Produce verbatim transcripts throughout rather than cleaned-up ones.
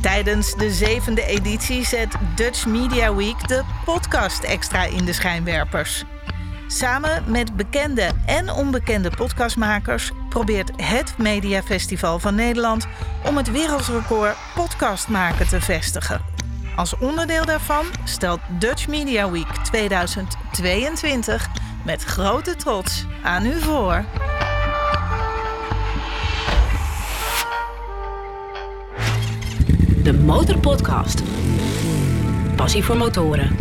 Tijdens de zevende editie zet Dutch Media Week de podcast extra in de schijnwerpers. Samen met bekende en onbekende podcastmakers probeert het Mediafestival van Nederland om het wereldrecord podcast maken te vestigen. Als onderdeel daarvan stelt Dutch Media Week tweeduizend tweeëntwintig met grote trots aan u voor. De Motorpodcast. Passie voor motoren.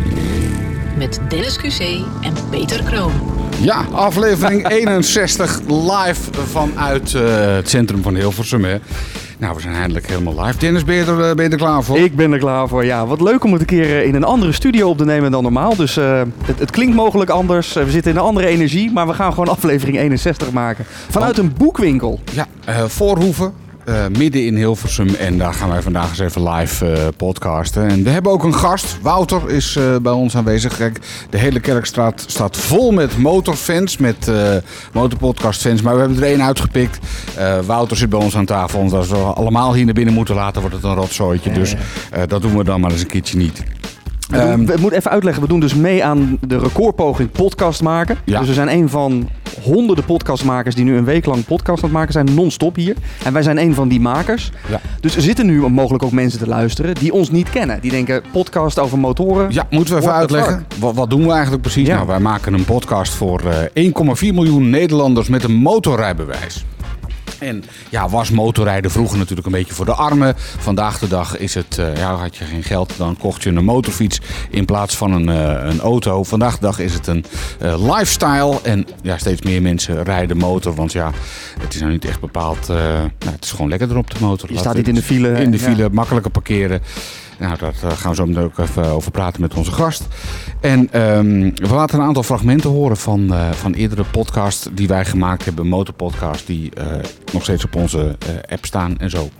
Met Dennis Q C en Peter Kroon. Ja, aflevering eenenzestig live vanuit uh, het centrum van Hilversum. Hè. Nou, we zijn eindelijk helemaal live. Dennis, ben je, er, ben je er klaar voor? Ik ben er klaar voor, ja. Wat leuk om het een keer in een andere studio op te nemen dan normaal. Dus uh, het, het klinkt mogelijk anders. We zitten in een andere energie, maar we gaan gewoon aflevering eenenzestig maken. Vanuit een boekwinkel. Ja, uh, Voorhoeven. Uh, midden in Hilversum en daar gaan wij vandaag eens even live uh, podcasten. En we hebben ook een gast. Wouter is uh, bij ons aanwezig. Kijk, de hele Kerkstraat staat vol met motorfans, met uh, motorpodcastfans. Maar we hebben er één uitgepikt. Uh, Wouter zit bij ons aan tafel. Want als we allemaal hier naar binnen moeten laten, wordt het een rotzooitje. Dus uh, dat doen we dan maar eens een keertje niet. We, doen, um, we moeten even uitleggen, we doen dus mee aan de recordpoging podcast maken. Ja. Dus we zijn een van honderden podcastmakers die nu een week lang podcast aan het maken zijn, non-stop hier. En wij zijn een van die makers. Ja. Dus er zitten nu mogelijk ook mensen te luisteren die ons niet kennen. Die denken, podcast over motoren. Ja, moeten we even uitleggen. Wat, wat doen we eigenlijk precies? Ja. Nou, wij maken een podcast voor uh, één komma vier miljoen Nederlanders met een motorrijbewijs. En ja, was motorrijden vroeger natuurlijk een beetje voor de armen. Vandaag de dag is het, uh, ja, had je geen geld, dan kocht je een motorfiets in plaats van een, uh, een auto. Vandaag de dag is het een uh, lifestyle en ja, steeds meer mensen rijden motor. Want ja, het is nou niet echt bepaald, uh, nou, het is gewoon lekkerder op de motor. Je Laat staat niet in de file. In de file, ja. Makkelijker parkeren. Nou, daar gaan we zo meteen ook even over praten met onze gast. En um, we laten een aantal fragmenten horen van, uh, van eerdere podcasts die wij gemaakt hebben. Motorpodcasts die uh, nog steeds op onze uh, app staan en zo.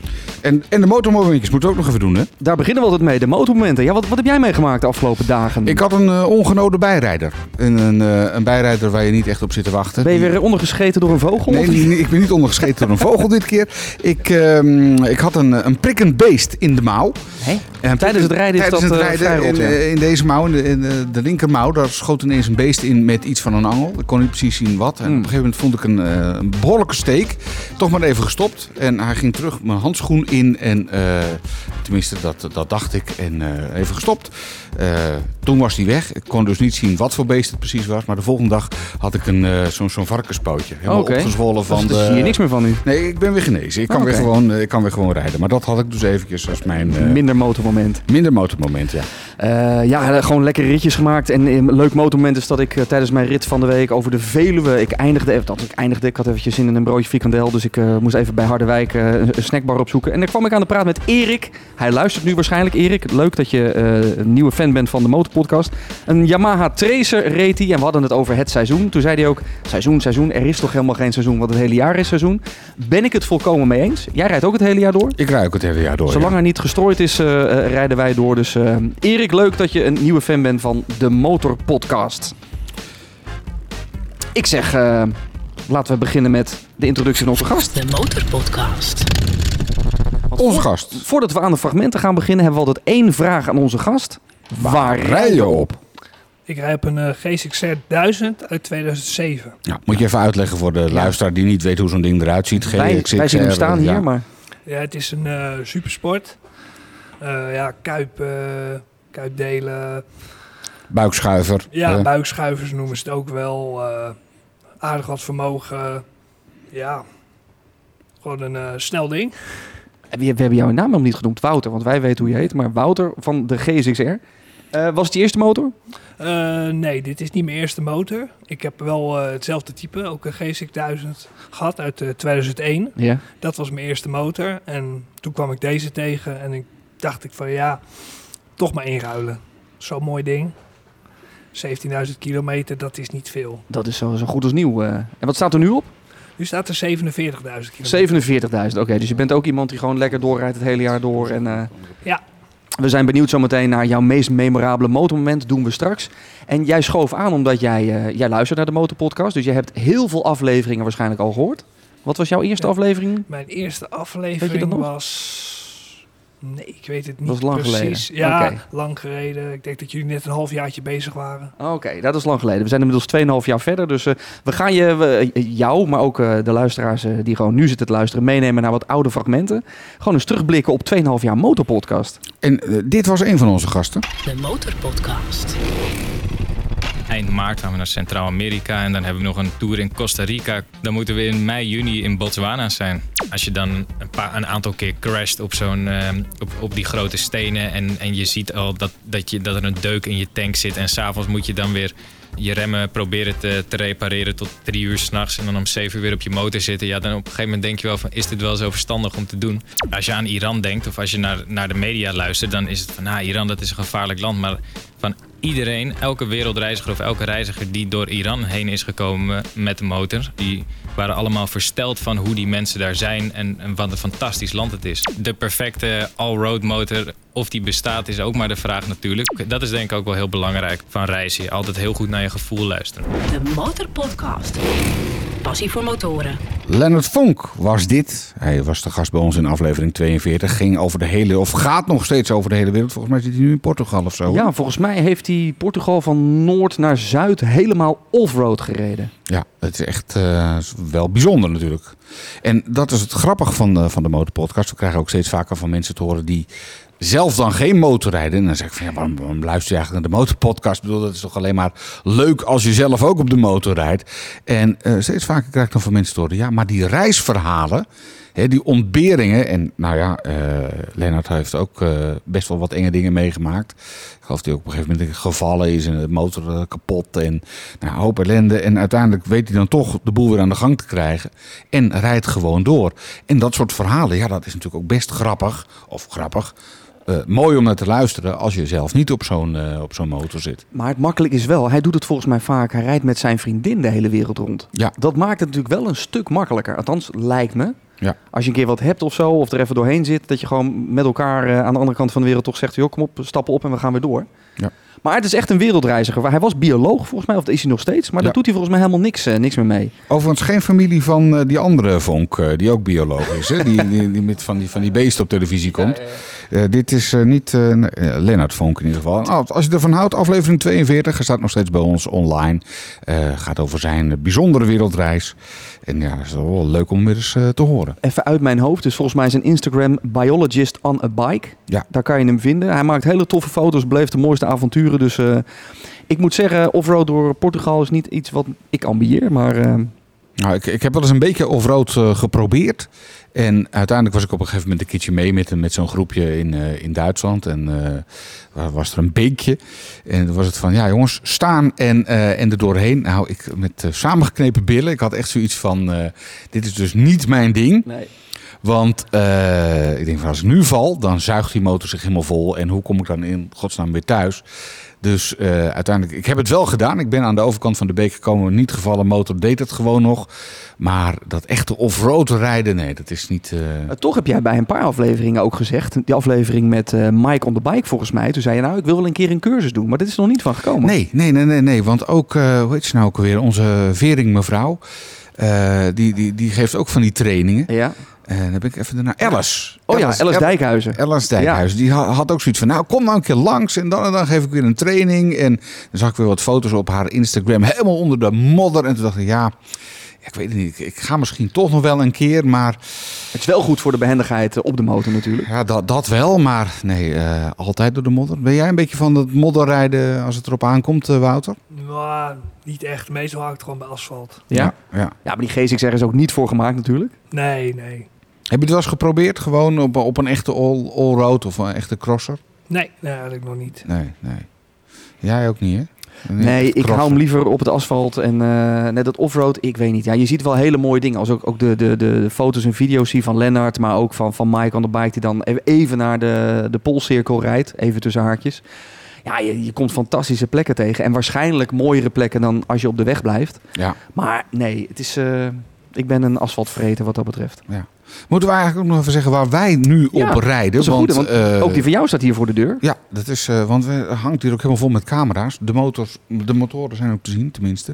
En, en de motormomentjes moeten we ook nog even doen, hè? Daar beginnen we altijd mee, de motormomenten. Ja, wat, wat heb jij meegemaakt de afgelopen dagen? Ik had een uh, ongenode bijrijder. Een, een, uh, een bijrijder waar je niet echt op zit te wachten. Ben je weer ondergescheten door een vogel? Nee, nee, ik ben niet ondergescheten door een vogel dit keer. Ik, uh, ik had een, een prikkend beest in de mouw. Hey? En tijdens het rijden is tijdens dat het rijden uh, in, ja. in deze mouw, in de, in de linkermouw, daar schoot ineens een beest in met iets van een angel. Ik kon niet precies zien wat. En hmm. op een gegeven moment vond ik een, uh, een behoorlijke steek. Toch maar even gestopt. En hij ging terug mijn handschoen in en... Uh, tenminste, dat, dat dacht ik. En uh, even gestopt. Uh, toen was hij weg. Ik kon dus niet zien wat voor beest het precies was. Maar de volgende dag had ik een, uh, zo'n, zo'n varkenspootje. Helemaal okay. opgezwollen van dus de... zie je niks meer van nu? Nee, ik ben weer genezen. Ik kan, okay. weer, gewoon, uh, ik kan weer gewoon rijden. Maar dat had ik dus eventjes als mijn... Uh, minder motormoment. Minder motormoment, ja. Uh, ja, gewoon lekkere ritjes gemaakt. En een leuk motormoment is dat ik uh, tijdens mijn rit van de week over de Veluwe... Ik eindigde even, dat ik eindigde. Ik had eventjes zin in een broodje frikandel. Dus ik uh, moest even bij Harderwijk uh, een snackbar opzoeken. En daar kwam ik aan de praat met Erik. Hij luistert nu waarschijnlijk. Erik, leuk dat je uh, een nieuwe fan bent van de Motorpodcast. Een Yamaha Tracer reed hij en we hadden het over het seizoen. Toen zei hij ook, seizoen, seizoen, er is toch helemaal geen seizoen, want het hele jaar is seizoen. Ben ik het volkomen mee eens? Jij rijdt ook het hele jaar door? Ik rijd ook het hele jaar door, Zolang ja. er niet gestrooid is, uh, uh, rijden wij door. Dus uh, Erik, leuk dat je een nieuwe fan bent van de Motorpodcast. Ik zeg, uh, laten we beginnen met de introductie van onze gast. De Motorpodcast. Onze gast. Voordat we aan de fragmenten gaan beginnen, hebben we altijd één vraag aan onze gast. Waar, Waar rij je op? Ik rij op een uh, G S X R duizend uit tweeduizend zeven. Ja, moet je even uitleggen voor de ja. luisteraar die niet weet hoe zo'n ding eruit ziet. Wij, wij zien hem staan hier, ja. maar... Ja, het is een uh, supersport. Uh, ja, kuip, uh, kuipdelen. Buikschuiver. Ja, uh. buikschuivers noemen ze het ook wel. Uh, aardig wat vermogen. Ja, gewoon een uh, snel ding. We hebben jouw naam nog niet genoemd, Wouter, want wij weten hoe je heet. Maar Wouter van de G S X R. Uh, was het je eerste motor? Uh, nee, dit is niet mijn eerste motor. Ik heb wel uh, hetzelfde type, ook een G S X duizend gehad uit uh, tweeduizend één. Ja. Dat was mijn eerste motor. En toen kwam ik deze tegen en ik dacht ik van ja, toch maar inruilen. Zo'n mooi ding. zeventienduizend kilometer, dat is niet veel. Dat is zo, zo goed als nieuw. Uh. En wat staat er nu op? Nu staat er zevenenveertigduizend kilometer. zevenenveertigduizend, oké. Okay, dus je bent ook iemand die gewoon lekker doorrijdt het hele jaar door. En, uh, ja. We zijn benieuwd zometeen naar jouw meest memorabele motormoment. Doen we straks. En jij schoof aan omdat jij, uh, jij luistert naar de Motorpodcast. Dus je hebt heel veel afleveringen waarschijnlijk al gehoord. Wat was jouw eerste ja. aflevering? Mijn eerste aflevering was Nee, ik weet het niet Dat is lang precies. geleden. Ja, Okay. lang geleden. Ik denk dat jullie net een halfjaartje bezig waren. Oké, okay, dat is lang geleden. We zijn inmiddels twee komma vijf jaar verder. Dus uh, we gaan je, uh, jou, maar ook uh, de luisteraars uh, die gewoon nu zitten te luisteren, meenemen naar wat oude fragmenten. Gewoon eens terugblikken op twee komma vijf jaar motorpodcast. En uh, dit was een van onze gasten. De Motorpodcast. Eind maart gaan we naar Centraal-Amerika en dan hebben we nog een tour in Costa Rica. Dan moeten we in mei, juni in Botswana zijn. Als je dan een, paar, een aantal keer crasht op, zo'n, uh, op, op die grote stenen en, en je ziet al dat, dat, je, dat er een deuk in je tank zit en s'avonds moet je dan weer je remmen proberen te, te repareren tot drie uur 's nachts en dan om zeven uur weer op je motor zitten. Ja, dan op een gegeven moment denk je wel van, is dit wel zo verstandig om te doen? Als je aan Iran denkt of als je naar, naar de media luistert, dan is het van, nou, Iran dat is een gevaarlijk land. Maar van iedereen, elke wereldreiziger of elke reiziger die door Iran heen is gekomen met de motor, die waren allemaal versteld van hoe die mensen daar zijn en, en wat een fantastisch land het is. De perfecte all-road motor, of die bestaat, is ook maar de vraag natuurlijk. Dat is denk ik ook wel heel belangrijk van reizen. Altijd heel goed naar je gevoel luisteren. De Motorpodcast. Passie voor motoren. Lennart Vonk was dit. Hij was de gast bij ons in aflevering tweeënveertig. Ging over de hele, of gaat nog steeds over de hele wereld. Volgens mij zit hij nu in Portugal of zo. Ja, volgens mij heeft hij Portugal van noord naar zuid helemaal offroad gereden. Ja, het is echt uh, wel bijzonder natuurlijk. En dat is het grappige van de, van de Motorpodcast. We krijgen ook steeds vaker van mensen te horen die zelf dan geen motor rijden. En dan zeg ik van, ja, waarom, waarom luister je eigenlijk naar de Motorpodcast? Ik bedoel, dat is toch alleen maar leuk als je zelf ook op de motor rijdt. En uh, steeds vaker krijg ik dan van mensen te horen, ja, maar die reisverhalen, hè, die ontberingen. En nou ja, uh, Lennart heeft ook uh, best wel wat enge dingen meegemaakt. Ik geloof dat hij ook op een gegeven moment gevallen is en de motor uh, kapot en nou, een hoop ellende. En uiteindelijk weet hij dan toch de boel weer aan de gang te krijgen en rijdt gewoon door. En dat soort verhalen, ja, dat is natuurlijk ook best grappig. Of grappig. Uh, mooi om naar te luisteren als je zelf niet op zo'n, uh, op zo'n motor zit. Maar het makkelijk is wel, hij doet het volgens mij vaak. Hij rijdt met zijn vriendin de hele wereld rond. Ja. Dat maakt het natuurlijk wel een stuk makkelijker. Althans, lijkt me. Ja. Als je een keer wat hebt of zo, of er even doorheen zit, dat je gewoon met elkaar uh, aan de andere kant van de wereld toch zegt, joh, kom op, stappen op en we gaan weer door. Ja. Maar het is echt een wereldreiziger. Hij was bioloog volgens mij, of dat is hij nog steeds. Maar ja. daar doet hij volgens mij helemaal niks, uh, niks meer mee. Overigens geen familie van uh, die andere Vonk, uh, die ook bioloog is. Hè? Die, die, die met van die, van die beesten op televisie komt. Ja, ja, ja. Uh, dit is uh, niet uh, uh, Lennart Vonk in ieder geval. Nou, als je ervan houdt, aflevering tweeënveertig. Hij staat nog steeds bij ons online. Uh, gaat over zijn uh, bijzondere wereldreis. En ja, dat is wel leuk om weer eens uh, te horen. Even uit mijn hoofd. Dus volgens mij is een Instagram Biologist on a Bike. Ja. Daar kan je hem vinden. Hij maakt hele toffe foto's, beleeft de mooiste avonturen. Dus uh, ik moet zeggen, offroad door Portugal is niet iets wat ik ambieer. Maar uh... nou, ik, ik heb wel eens een beetje offroad uh, geprobeerd. En uiteindelijk was ik op een gegeven moment een keertje mee met, met zo'n groepje in, uh, in Duitsland. En uh, was er een beekje. En dan was het van, ja jongens, staan en, uh, en er doorheen. Nou, ik met uh, samengeknepen billen. Ik had echt zoiets van, uh, dit is dus niet mijn ding. Nee. Want uh, ik denk van, als ik nu val, dan zuigt die motor zich helemaal vol. En hoe kom ik dan in godsnaam weer thuis? Dus uh, uiteindelijk, ik heb het wel gedaan. Ik ben aan de overkant van de beek gekomen. Niet gevallen, motor deed het gewoon nog. Maar dat echte offroad rijden, nee, dat is niet... Uh... Uh, toch heb jij bij een paar afleveringen ook gezegd. Die aflevering met uh, Mike on the Bike volgens mij. Toen zei je, nou, ik wil wel een keer een cursus doen. Maar dit is er nog niet van gekomen. Nee, nee, nee, nee. nee. Want ook, uh, hoe heet ze nou ook alweer? Onze Vering mevrouw. Uh, die, die, die geeft ook van die trainingen. Ja. En uh, dan ben ik even daarna. Alice. Oh Alice, ja, Alice Dijkhuizen. Alice Dijkhuizen. Ja. Die had ook zoiets van, nou, kom nou een keer langs. En dan en dan geef ik weer een training. En dan zag ik weer wat foto's op haar Instagram. Helemaal onder de modder. En toen dacht ik, ja... Ik weet het niet. Ik ga misschien toch nog wel een keer, maar... Het is wel goed voor de behendigheid op de motor natuurlijk. Ja, dat, dat wel, maar nee, uh, altijd door de modder. Ben jij een beetje van het modderrijden als het erop aankomt, uh, Wouter? Nou, niet echt. Meestal hou ik het gewoon bij asfalt. Ja? Ja, ja. Ja, maar die G S X R is ook niet voor gemaakt natuurlijk. Nee, nee. Heb je het wel eens geprobeerd, gewoon op, op een echte all, all-road of een echte crosser? Nee, nee, eigenlijk nog niet. Nee, nee. Jij ook niet, hè? Nee, ik hou hem liever op het asfalt en uh, net dat offroad, ik weet niet. Ja, je ziet wel hele mooie dingen, als ook, ook de, de, de foto's en video's zie van Lennart, maar ook van, van Mike on the Bike, die dan even naar de, de Poolcirkel rijdt, even tussen haartjes. Ja, je, je komt fantastische plekken tegen en waarschijnlijk mooiere plekken dan als je op de weg blijft. Ja. Maar nee, het is, uh, ik ben een asfaltvreter wat dat betreft. Ja. Moeten we eigenlijk ook nog even zeggen waar wij nu ja, op rijden? Dat is een want, goede, want uh, ook die van jou staat hier voor de deur. Ja, dat is, uh, want we hangt hier ook helemaal vol met camera's. De, motors, de motoren zijn ook te zien, tenminste.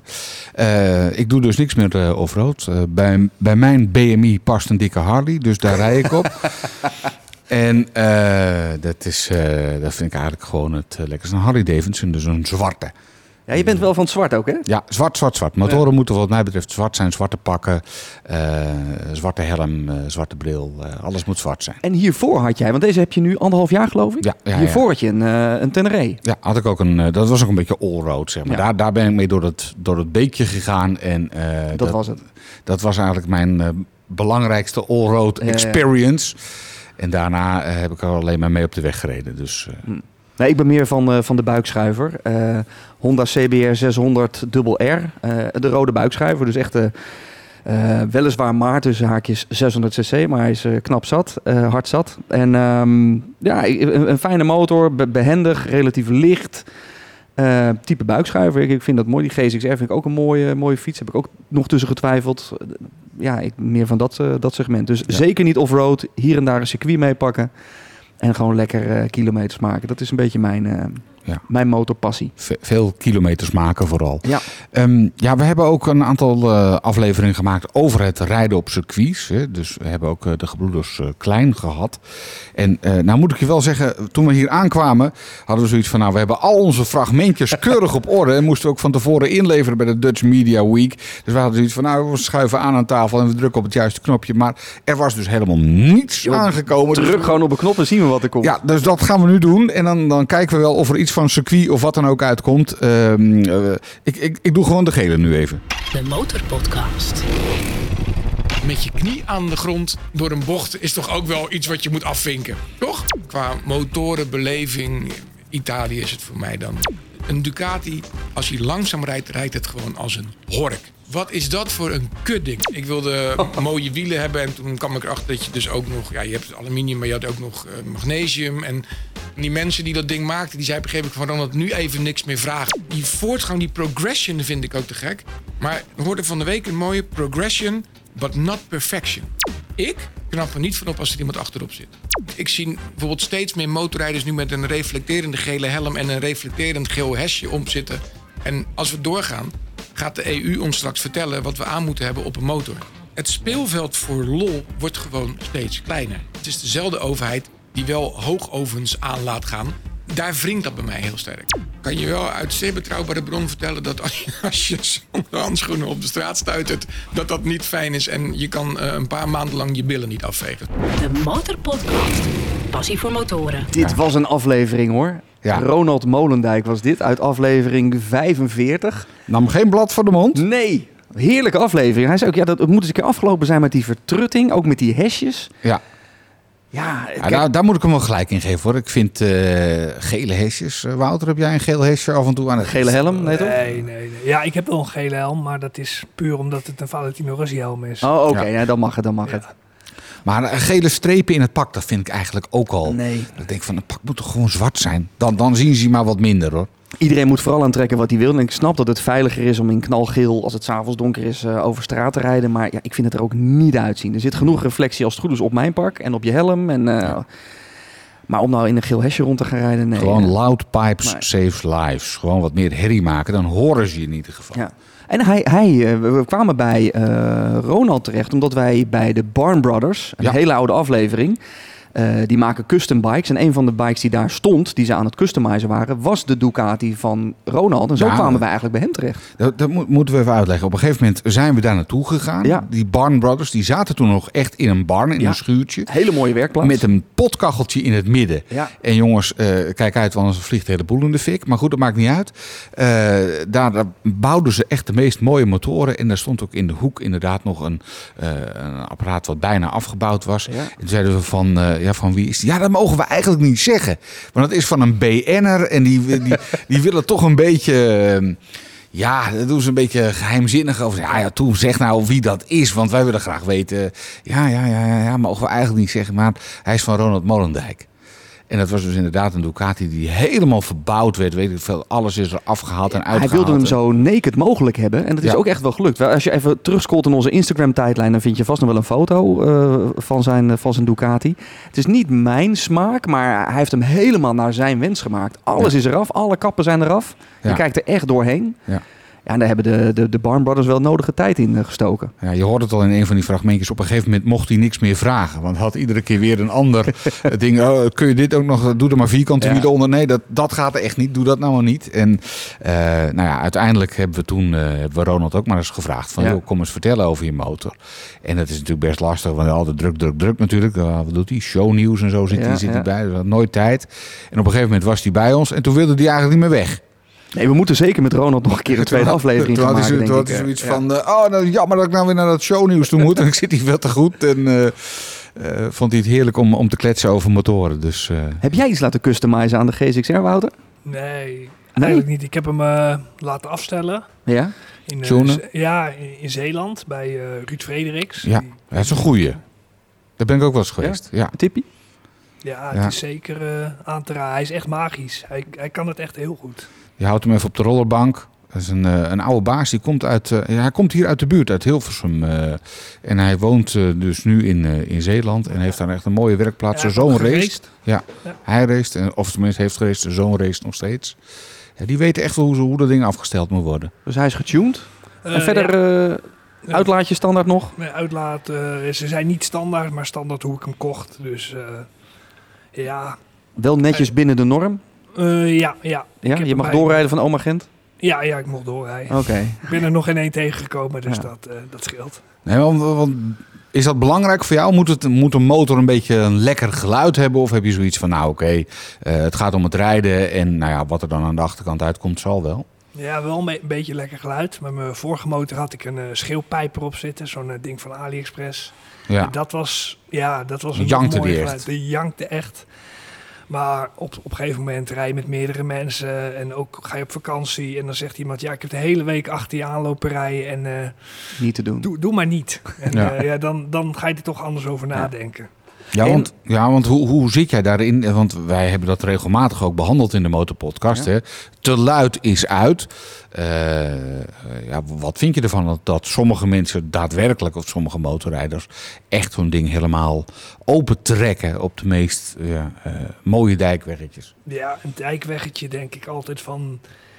Uh, ik doe dus niks meer uh, offroad. Uh, bij, bij mijn B M I past een dikke Harley, dus daar rij ik op. En uh, dat, is, uh, dat vind ik eigenlijk gewoon het uh, lekkerste. Een Harley Davidson, dus een zwarte. Ja, je bent wel van het zwart ook, hè? Ja, zwart, zwart, zwart. Motoren ja. moeten wat mij betreft zwart zijn. Zwarte pakken, uh, zwarte helm, uh, zwarte bril. Uh, alles moet zwart zijn. En hiervoor had jij, want deze heb je nu anderhalf jaar geloof ik? Ja. ja hiervoor ja. had je een, uh, een Tenere. Ja, had ik ook een. Uh, dat was ook een beetje allroad, zeg maar. Ja. Daar, daar ben ik mee door het, door het beekje gegaan. En, uh, dat, dat was het. Dat was eigenlijk mijn uh, belangrijkste allroad ja, experience. Ja. En daarna uh, heb ik er alleen maar mee op de weg gereden. Dus... Uh, hm. Nee, ik ben meer van, uh, van de buikschuiver. Uh, Honda C B R zeshonderd dubbel R. Uh, de rode buikschuiver. Dus echt uh, uh, weliswaar maar tussen haakjes zeshonderd cc. Maar hij is uh, knap zat. Uh, hard zat. En um, ja, een, een fijne motor. Be- behendig. Relatief licht. Uh, type buikschuiver. Ik, ik vind dat mooi. Die G S X R vind ik ook een mooie, mooie fiets. Heb ik ook nog tussen getwijfeld. Ja, ik, meer van dat, uh, dat segment. Dus ja. zeker niet offroad. Hier en daar een circuit meepakken. En gewoon lekker uh, kilometers maken. Dat is een beetje mijn, uh, ja. mijn motorpassie. Ve- veel kilometers maken vooral. Ja. Um, ja, we hebben ook een aantal uh, afleveringen gemaakt over het rijden op circuits. Hè. Dus we hebben ook uh, de gebroeders uh, Klein gehad. En uh, nou moet ik je wel zeggen, toen we hier aankwamen, hadden we zoiets van, nou, we hebben al onze fragmentjes keurig op orde. En moesten ook van tevoren inleveren bij de Dutch Media Week. Dus we hadden zoiets van, nou, we schuiven aan aan tafel en we drukken op het juiste knopje. Maar er was dus helemaal niets Yo, aangekomen. Druk dus we... gewoon op een knop en zien we wat er komt. Ja, dus dat gaan we nu doen. En dan, dan kijken we wel of er iets van circuit of wat dan ook uitkomt. Uh, uh, ik, ik, ik doe gewoon de gele nu even. De Motorpodcast. Met je knie aan de grond door een bocht is toch ook wel iets wat je moet afvinken, toch? Qua motorenbeleving, Italië is het voor mij dan. Een Ducati, als hij langzaam rijdt, rijdt het gewoon als een hork. Wat is dat voor een kutding? Ik wilde mooie wielen hebben en toen kwam ik erachter dat je dus ook nog... Ja, je hebt aluminium, maar je had ook nog uh, magnesium. En die mensen die dat ding maakten, die zeiden op een gegeven moment van... Ronald, nu even niks meer vragen. Die voortgang, die progression vind ik ook te gek. Maar we hoorden van de week een mooie progression, but not perfection. Ik knap er niet van op als er iemand achterop zit. Ik zie bijvoorbeeld steeds meer motorrijders nu met een reflecterende gele helm... en een reflecterend geel hesje omzitten. En als we doorgaan, gaat de E U ons straks vertellen wat we aan moeten hebben op een motor. Het speelveld voor lol wordt gewoon steeds kleiner. Het is dezelfde overheid die wel hoogovens aan laat gaan. Daar wringt dat bij mij heel sterk. Kan je wel uit zeer betrouwbare bron vertellen dat als je, als je zonder handschoenen op de straat stuitert, dat dat niet fijn is en je kan uh, een paar maanden lang je billen niet afvegen. De Motorpodcast. Passie voor motoren. Dit ja. was een aflevering hoor. Ja. Ronald Molendijk was dit uit aflevering vijfenveertig. Nam geen blad voor de mond? Nee. Heerlijke aflevering. Hij zei ook, ja, dat moet eens een keer afgelopen zijn met die vertrutting. Ook met die hesjes. Ja. Ja, ja daar, daar moet ik hem wel gelijk in geven hoor. Ik vind uh, gele hesjes. Uh, Wouter, heb jij een geel hesje af en toe aan het... Gele helm? Nee, toch? Nee, nee, nee. Ja, ik heb wel een gele helm, maar dat is puur omdat het een Valentino Rossi helm is. Oh, oké. Okay. Ja. Ja, dan mag het, dan mag ja. het. Maar gele strepen in het pak, dat vind ik eigenlijk ook al. Nee. Ik denk van, het pak moet toch gewoon zwart zijn? Dan, dan zien ze maar wat minder hoor. Iedereen moet vooral aantrekken wat hij wil. En ik snap dat het veiliger is om in knalgeel, als het 's avonds donker is, uh, over straat te rijden. Maar ja, ik vind het er ook niet uitzien. Er zit genoeg reflectie als het goed is op mijn pak en op je helm. En, uh, ja. Maar om nou in een geel hesje rond te gaan rijden, nee. Gewoon loud pipes nee. saves lives. Gewoon wat meer herrie maken, dan horen ze je in ieder geval. Ja. En hij, hij, we kwamen bij uh, Ronald terecht, omdat wij bij de Barn Brothers, een ja. hele oude aflevering... Uh, die maken custom bikes. En een van de bikes die daar stond, die ze aan het customizen waren, was de Ducati van Ronald. En zo ja, kwamen wij eigenlijk bij hem terecht. Dat, dat mo- moeten we even uitleggen. Op een gegeven moment zijn we daar naartoe gegaan. Ja. Die Barn Brothers, die zaten toen nog echt in een barn, in ja. een schuurtje. Hele mooie werkplaats. Met een potkacheltje in het midden. Ja. En jongens, uh, kijk uit, want anders vliegt de hele boel in de fik. Maar goed, dat maakt niet uit. Uh, daar, daar bouwden ze echt de meest mooie motoren. En daar stond ook in de hoek inderdaad nog een, uh, een apparaat wat bijna afgebouwd was. Ja. En toen zeiden we van... Uh, Ja, van wie is die? Ja, dat mogen we eigenlijk niet zeggen. Want dat is van een B N'er en die, die, die willen toch een beetje... Uh, ja, dat doen ze een beetje geheimzinnig over. Ja, ja, toen zeg nou wie dat is, want wij willen graag weten... Ja, ja, ja, ja, ja, mogen we eigenlijk niet zeggen, maar hij is van Ronald Molendijk. En dat was dus inderdaad een Ducati die helemaal verbouwd werd. Weet ik veel, alles is er afgehaald en uitgehaald. Hij wilde hem zo naked mogelijk hebben. En dat is ja. ook echt wel gelukt. Als je even terugscrollt in onze Instagram-tijdlijn, dan vind je vast nog wel een foto uh, van, zijn, van zijn Ducati. Het is niet mijn smaak, maar hij heeft hem helemaal naar zijn wens gemaakt. Alles ja. is eraf, alle kappen zijn eraf. Je ja. kijkt er echt doorheen. Ja. Ja, en daar hebben de, de, de Barn Brothers wel nodige tijd in uh, gestoken. Ja, je hoort het al in een van die fragmentjes. Op een gegeven moment mocht hij niks meer vragen. Want had iedere keer weer een ander ding. Oh, kun je dit ook nog? Doe er maar vierkante wielen ja. onder. Nee, dat, dat gaat er echt niet. Doe dat nou maar niet. En uh, nou ja, uiteindelijk hebben we toen uh, hebben we Ronald ook maar eens gevraagd. Van, ja. joh, kom eens vertellen over je motor. En dat is natuurlijk best lastig. Want altijd druk, druk, druk natuurlijk. Uh, wat doet hij? Shownieuws en zo zit hij ja, zit ja. bij. Dus had nooit tijd. En op een gegeven moment was hij bij ons. En toen wilde hij eigenlijk niet meer weg. Nee, we moeten zeker met Ronald nog een keer een tweede aflevering gaan maken, denk ik. Toen had hij zoiets ja. van, uh, oh, nou, jammer dat ik nou weer naar dat shownieuws toe moet. En ik zit hier veel te goed. En uh, uh, vond hij het heerlijk om, om te kletsen over motoren. Dus, uh... Heb jij iets laten customizen aan de G S X R, Wouter? Nee, nee, eigenlijk niet. Ik heb hem uh, laten afstellen. Ja? In, uh, z- ja, in, in Zeeland bij uh, Ruud Frederiks. Ja, die, dat is een goeie. Daar ben ik ook wel eens geweest. Ja? Ja. Een tippie? Ja, het ja. is zeker uh, aan te raden. Hij is echt magisch. Hij, hij kan het echt heel goed. Je houdt hem even op de rollerbank. Dat is een, uh, een oude baas. Die komt uit, uh, ja, hij komt hier uit de buurt, uit Hilversum. Uh, en hij woont uh, dus nu in, uh, in Zeeland. En heeft daar echt een mooie werkplaats. Zijn zoon race. Ja, ja, hij race. Of tenminste heeft gereest. Zijn zoon race nog steeds. Ja, die weten echt wel hoe, ze, hoe dat ding afgesteld moet worden. Dus hij is getuned. Uh, en verder ja. uh, uitlaatje standaard nog? Nee, uitlaat. Uh, ze zijn niet standaard, maar standaard hoe ik hem kocht. Dus uh, ja. Wel netjes uh, binnen de norm? Uh, ja, ja. ja je mag doorrijden van Oma Gent? Ja, ja, ik mocht doorrijden. Oké. Okay. Ik ben er nog in één tegengekomen, dus ja. dat, uh, dat scheelt. Nee, want, want is dat belangrijk voor jou? Moet, het, moet een motor een beetje een lekker geluid hebben? Of heb je zoiets van, nou oké, okay, uh, het gaat om het rijden en nou ja, wat er dan aan de achterkant uitkomt, zal wel? Ja, wel een, be- een beetje lekker geluid. Met mijn vorige motor had ik een uh, schreeuwpijp erop zitten, zo'n uh, ding van AliExpress. Ja. En dat was, ja, dat was een jankte mooi die geluid. Die jankte echt. Maar op, op een gegeven moment rij je met meerdere mensen en ook ga je op vakantie en dan zegt iemand, ja, ik heb de hele week achter je aanlopen rijden en uh, niet te doen. Doe, doe maar niet. En ja. Uh, ja, dan, dan ga je er toch anders over nadenken. Ja, want, ja, want hoe, hoe zit jij daarin? Want wij hebben dat regelmatig ook behandeld in de Motorpodcast. Ja. Hè? Te luid is uit. Uh, ja, wat vind je ervan dat, dat sommige mensen daadwerkelijk, of sommige motorrijders, echt zo'n ding helemaal open trekken op de meest ja, uh, mooie dijkweggetjes? Ja, een dijkweggetje denk ik altijd van,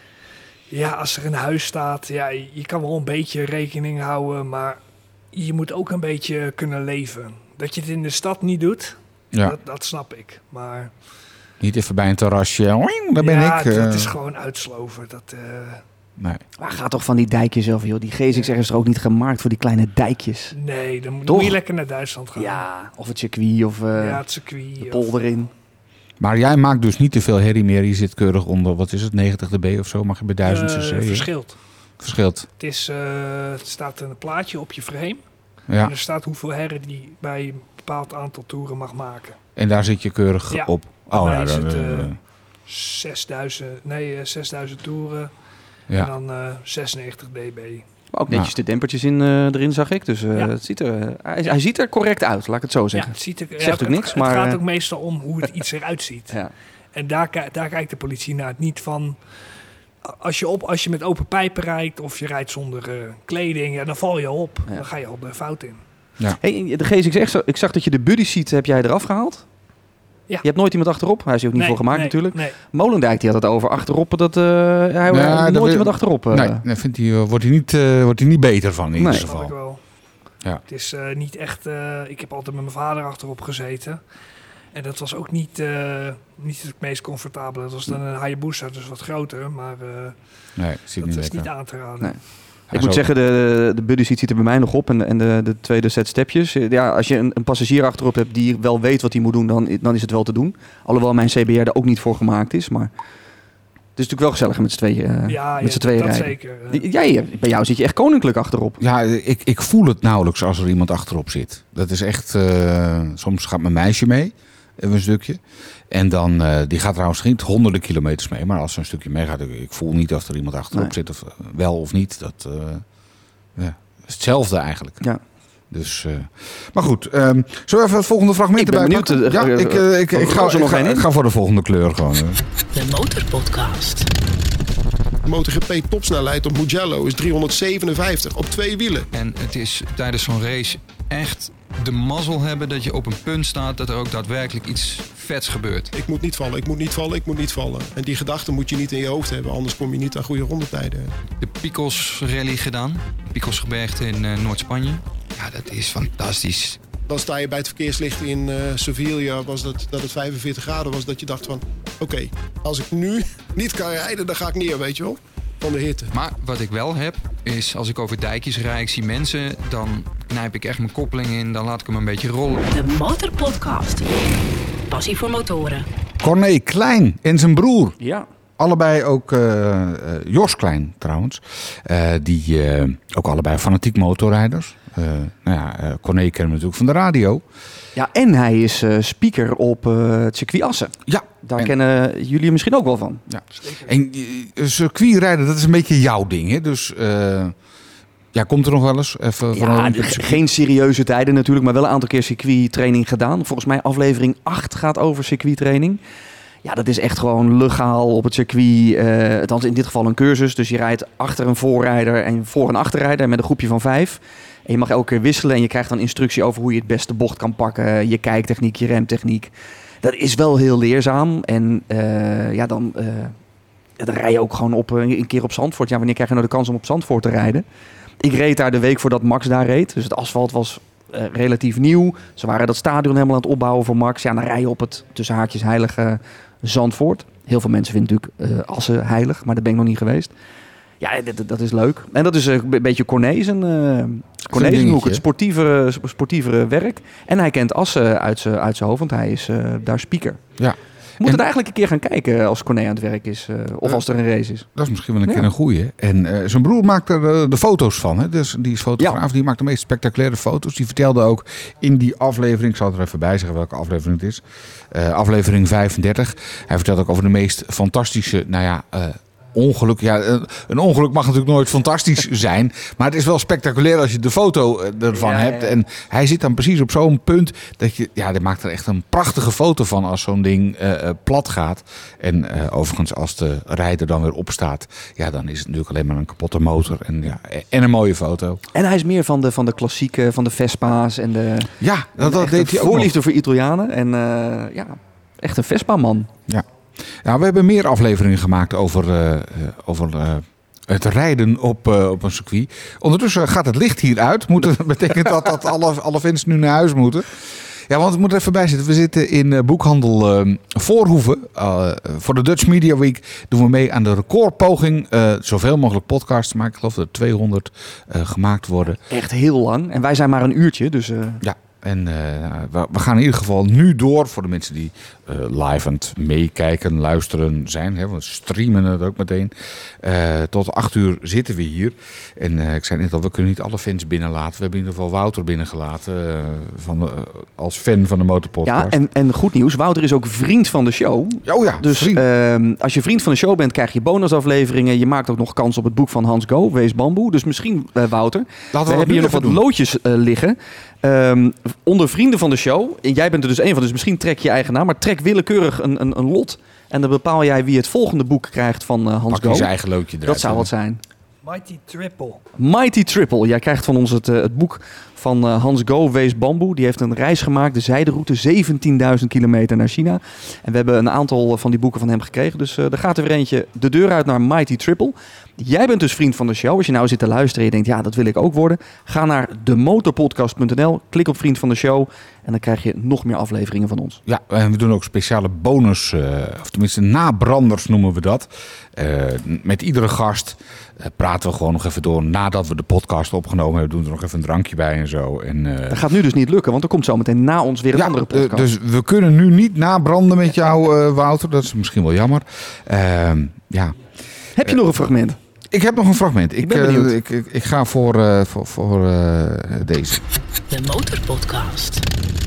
ja, als er een huis staat, ja, je kan wel een beetje rekening houden, maar je moet ook een beetje kunnen leven. Dat je het in de stad niet doet, ja. dat, dat snap ik. Maar niet even bij een terrasje, daar ben ja, ik. Ja, uh... dat is gewoon uitsloven. Dat, uh... nee. Maar gaat toch van die dijkjes af, joh. Die G S X R is er ook niet gemaakt voor die kleine dijkjes. Nee, dan moet je lekker naar Duitsland gaan. Ja, of het circuit of uh, ja, het circuit, de polder in. Of... Maar jij maakt dus niet te veel herrie meer. Je zit keurig onder, wat is het, negentig dB of zo? Mag je bij duizend cc? Uh, verschilt. Verschilt. Het, is, uh, het staat een plaatje op je frame. Ja. En er staat hoeveel herrie die bij een bepaald aantal toeren mag maken. En daar zit je keurig ja. op? Oh, nou, nou, is dan, het uh, uh, zesduizend, nee, uh, zesduizend toeren ja. en dan uh, zesennegentig dB. Maar ook netjes ja. de dempertjes in, uh, erin, zag ik. Dus uh, ja. het ziet er, uh, hij, hij ziet er correct uit, laat ik het zo zeggen. Ja, het ziet er, zegt ja, ook het, niks, het, maar... Het gaat uh, ook meestal om hoe het iets eruit ziet. Ja. En daar, daar kijkt de politie naar. Niet van... Als je, op, als je met open pijpen rijdt of je rijdt zonder uh, kleding, ja, dan val je op. Ja. Dan ga je al de fout in. Ja. Hey, de G S X R, ik zag dat je de buddy seat heb jij eraf gehaald. Ja. Je hebt nooit iemand achterop. Hij is er ook niet nee, voor gemaakt nee, natuurlijk. Nee. Molendijk die had het over achterop. Dat, uh, hij ja, nooit dat iemand achterop. Uh. Nee, nee vindt hij, wordt, hij niet, uh, wordt hij niet beter van in nee. ieder Dat geval. snap ik wel. Ja. Het is uh, niet echt... Uh, ik heb altijd met mijn vader achterop gezeten. En dat was ook niet, uh, niet het meest comfortabele. Dat was dan een Hayabusa, dus wat groter. Maar uh, nee, ziet dat niet is lekker. niet aan te raden. Nee. Ik moet zeggen, de, de buddy seat ziet er bij mij nog op. En, en de, de tweede set stepjes. Ja, als je een, een passagier achterop hebt die wel weet wat hij moet doen, dan, dan is het wel te doen. Alhoewel mijn C B R er ook niet voor gemaakt is. Maar het is natuurlijk wel gezellig met z'n tweeën, uh, ja, met ja, z'n tweeën dat rijden. zeker. Uh. Jij, bij jou zit je echt koninklijk achterop. Ja, ik, ik voel het nauwelijks als er iemand achterop zit. Dat is echt... Uh, soms gaat mijn meisje mee, even een stukje. En dan, uh, die gaat trouwens niet honderden kilometers mee. Maar als ze een stukje meegaat, ik, ik voel niet of er iemand achterop nee. zit. Of uh, wel of niet. Dat uh, ja, is hetzelfde eigenlijk. Ja. Dus, uh, maar goed, um, zullen we even het volgende fragment ik ben erbij benieuwd, pakken? Ja, uh, ik, uh, ik, ik, ik, ga, ik, ga, ik ga voor de volgende kleur gewoon. Uh. De Motorpodcast. MotoGP topsnelheid op Mugello is driehonderdzevenenvijftig op twee wielen. En het is tijdens zo'n race echt de mazzel hebben dat je op een punt staat dat er ook daadwerkelijk iets vets gebeurt. Ik moet niet vallen, ik moet niet vallen, ik moet niet vallen. En die gedachte moet je niet in je hoofd hebben, anders kom je niet aan goede rondetijden. De Picos Rally gedaan. Picosgebergte in uh, Noord-Spanje. Ja, dat is fantastisch. Dan sta je bij het verkeerslicht in uh, Sevilla, was dat, dat het vijfenveertig graden was. Dat je dacht van, oké, okay, als ik nu niet kan rijden, dan ga ik neer, weet je wel. Van de hitte. Maar wat ik wel heb, is als ik over dijkjes rijd, ik zie mensen, dan knijp ik echt mijn koppeling in, dan laat ik hem een beetje rollen. De Motorpodcast. Passie voor motoren. Corné Klein en zijn broer. Ja. Allebei ook uh, uh, Jos Klein trouwens. Uh, die uh, ook allebei fanatiek motorrijders. Uh, nou ja, uh, Corné kennen we natuurlijk van de radio. Ja, en hij is uh, speaker op uh, het circuit Assen. Ja. Daar en, kennen jullie hem misschien ook wel van. Ja. En uh, circuitrijden, dat is een beetje jouw ding, hè? Dus uh, ja, komt er nog wel eens? Even ja, geen serieuze tijden natuurlijk, maar wel een aantal keer circuittraining gedaan. Volgens mij aflevering acht gaat over circuittraining. Ja, dat is echt gewoon legaal op het circuit. Uh, althans in dit geval een cursus. Dus je rijdt achter een voorrijder en voor een achterrijder met een groepje van vijf. En je mag elke keer wisselen en je krijgt dan instructie over hoe je het beste bocht kan pakken. Je kijktechniek, je remtechniek. Dat is wel heel leerzaam. En uh, ja, dan, uh, dan rij je ook gewoon op, uh, een keer op Zandvoort. Ja, wanneer krijg je nou de kans om op Zandvoort te rijden? Ik reed daar de week voordat Max daar reed. Dus het asfalt was uh, relatief nieuw. Ze waren dat stadion helemaal aan het opbouwen voor Max. Ja, dan rij je op het tussen haakjes heilige Zandvoort. Heel veel mensen vinden natuurlijk uh, Assen heilig, maar daar ben ik nog niet geweest. Ja, dat, dat is leuk. En dat is een beetje Cornézen, uh, Cornézenhoek, het sportievere, sportievere werk. En hij kent Assen uit zijn uit zijn hoofd, want hij is uh, daar speaker. Ja. We moeten er eigenlijk een keer gaan kijken als Corné aan het werk is. Uh, of ja, als er een race is. Dat is misschien wel een ja. keer een goeie. En uh, zijn broer maakt er uh, de foto's van. Hè? Dus die is fotograaf, ja. die maakt de meest spectaculaire foto's. Die vertelde ook in die aflevering, ik zal er even bij zeggen welke aflevering het is. Uh, aflevering vijfendertig. Hij vertelt ook over de meest fantastische, nou ja... Uh, ongeluk. Ja, een ongeluk mag natuurlijk nooit fantastisch zijn. Maar het is wel spectaculair als je de foto ervan ja, hebt. Ja. En hij zit dan precies op zo'n punt dat je... Ja, die maakt er echt een prachtige foto van als zo'n ding uh, plat gaat. En uh, overigens als de rijder dan weer opstaat... Ja, dan is het natuurlijk alleen maar een kapotte motor. En, ja, en een mooie foto. En hij is meer van de, van de klassieke, van de Vespa's. En de, ja, dat, dat deed hij ook voorliefde voor Italianen. En uh, ja, echt een Vespa-man. Ja. Ja, we hebben meer afleveringen gemaakt over, uh, over uh, het rijden op, uh, op een circuit. Ondertussen gaat het licht hier uit. Moet, dat betekent dat, dat alle, alle fans nu naar huis moeten. Ja, want het moet er even bij zitten. We zitten in uh, boekhandel uh, Voorhoeven. Uh, voor de Dutch Media Week doen we mee aan de recordpoging. Uh, zoveel mogelijk podcasts maken. Ik geloof dat er tweehonderd uh, gemaakt worden. Echt heel lang. En wij zijn maar een uurtje. Dus, uh... Ja. En uh, we, we gaan in ieder geval nu door voor de mensen die uh, live aan het meekijken, luisteren zijn. Hè, want we streamen het ook meteen. Uh, tot acht uur zitten we hier. En uh, ik zei net al, we kunnen niet alle fans binnenlaten. We hebben in ieder geval Wouter binnengelaten uh, van de, uh, als fan van de Motorpodcast. Ja, en, en goed nieuws. Wouter is ook vriend van de show. Oh ja, dus uh, als je vriend van de show bent, krijg je bonusafleveringen. Je maakt ook nog kans op het boek van Hans Go, Wees Bamboe. Dus misschien, uh, Wouter, Laten we, we hebben hier nog wat doen. loodjes uh, liggen. Um, onder vrienden van de show. En jij bent er dus één van, dus misschien trek je eigen naam. Maar trek willekeurig een, een, een lot. En dan bepaal jij wie het volgende boek krijgt van uh, Hans Pak Go. zijn eigen loodje eruit. Dat zou wat zijn. Mighty Triple. Mighty Triple. Jij krijgt van ons het, uh, het boek van uh, Hans Go, Wees Bamboe. Die heeft een reis gemaakt, de zijderoute, zeventienduizend kilometer naar China. En we hebben een aantal van die boeken van hem gekregen. Dus uh, er gaat er weer eentje de deur uit naar Mighty Triple. Jij bent dus vriend van de show. Als je nou zit te luisteren en je denkt, ja, dat wil ik ook worden. Ga naar de motorpodcast punt n l, klik op vriend van de show. En dan krijg je nog meer afleveringen van ons. Ja, en we doen ook speciale bonus, uh, of tenminste nabranders noemen we dat. Uh, met iedere gast uh, praten we gewoon nog even door. Nadat we de podcast opgenomen hebben, doen we er nog even een drankje bij en zo. En, uh, dat gaat nu dus niet lukken, want er komt zometeen na ons weer een ja, andere podcast. Uh, dus we kunnen nu niet nabranden met jou, uh, Wouter. Dat is misschien wel jammer. Uh, ja. Heb je uh, nog een fragment? Ik heb nog een fragment. Ik, ik, ben uh, ik, ik, ik ga voor, uh, voor, voor uh, deze. De Motorpodcast.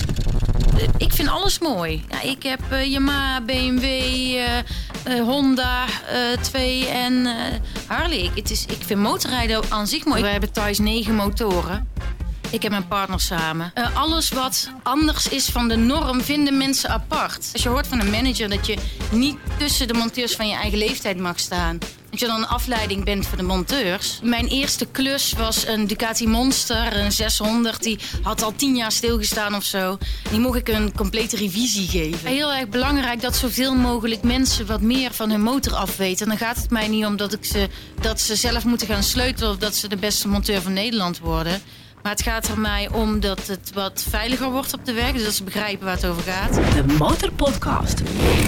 Ik vind alles mooi. Ja, ik heb uh, Yamaha, B M W, uh, uh, Honda, uh, twee en uh, Harley. Het is, ik vind motorrijden aan zich mooi. We hebben thuis negen motoren. Ik heb mijn partner samen. Uh, alles wat anders is van de norm vinden mensen apart. Als je hoort van een manager dat je niet tussen de monteurs van je eigen leeftijd mag staan. Dat je dan een afleiding bent voor de monteurs. Mijn eerste klus was een Ducati Monster, een zeshonderd. Die had al tien jaar stilgestaan of zo. Die mocht ik een complete revisie geven. Heel erg belangrijk dat zoveel mogelijk mensen wat meer van hun motor afweten. En dan gaat het mij niet om dat, ik ze, dat ze zelf moeten gaan sleutelen of dat ze de beste monteur van Nederland worden. Maar het gaat er mij om dat het wat veiliger wordt op de weg. Dus dat ze begrijpen waar het over gaat. De Motorpodcast.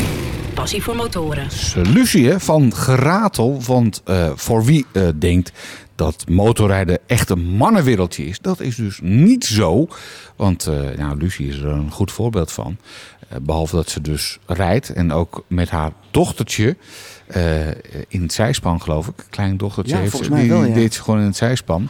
Passie voor motoren. Lucie hè, van Geratel. Want uh, voor wie uh, denkt dat motorrijden echt een mannenwereldje is. Dat is dus niet zo. Want uh, nou, Lucie is er een goed voorbeeld van. Uh, behalve dat ze dus rijdt. En ook met haar dochtertje. Uh, in het zijspan geloof ik. Klein dochtertje ja, heeft volgens ze. mij wel, Die ja. deed ze gewoon in het zijspan.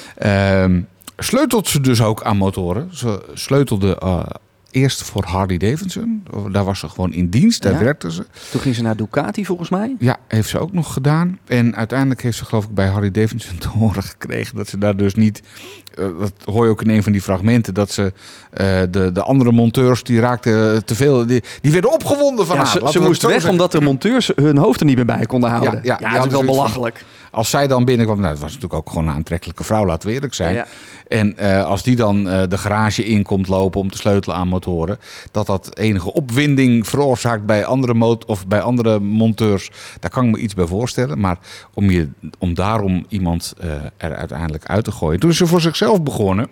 Uh, sleutelt ze dus ook aan motoren. Ze sleutelde uh, eerst voor Harley Davidson. Daar was ze gewoon in dienst. Daar Ja. werkte ze. Toen ging ze naar Ducati volgens mij. Ja, heeft ze ook nog gedaan. En uiteindelijk heeft ze geloof ik bij Harley Davidson te horen gekregen dat ze daar dus niet... Uh, dat hoor je ook in een van die fragmenten. Dat ze uh, de, de andere monteurs die raakten te veel. Die, die werden opgewonden van Ja, haar. ze Laten ze we het moest zo weg zeggen. omdat de monteurs hun hoofd er niet meer bij konden houden. Ja, Ja, ja, ja, ja, dat is wel zoiets van- belachelijk. Als zij dan binnenkwam, nou, dat was natuurlijk ook gewoon een aantrekkelijke vrouw, laten we eerlijk zijn. Ja, En uh, als die dan uh, de garage in komt lopen om te sleutelen aan motoren, dat dat enige opwinding veroorzaakt bij andere, mot- of bij andere monteurs, daar kan ik me iets bij voorstellen. Maar om, je, om daarom iemand uh, er uiteindelijk uit te gooien. Toen is ze voor zichzelf begonnen.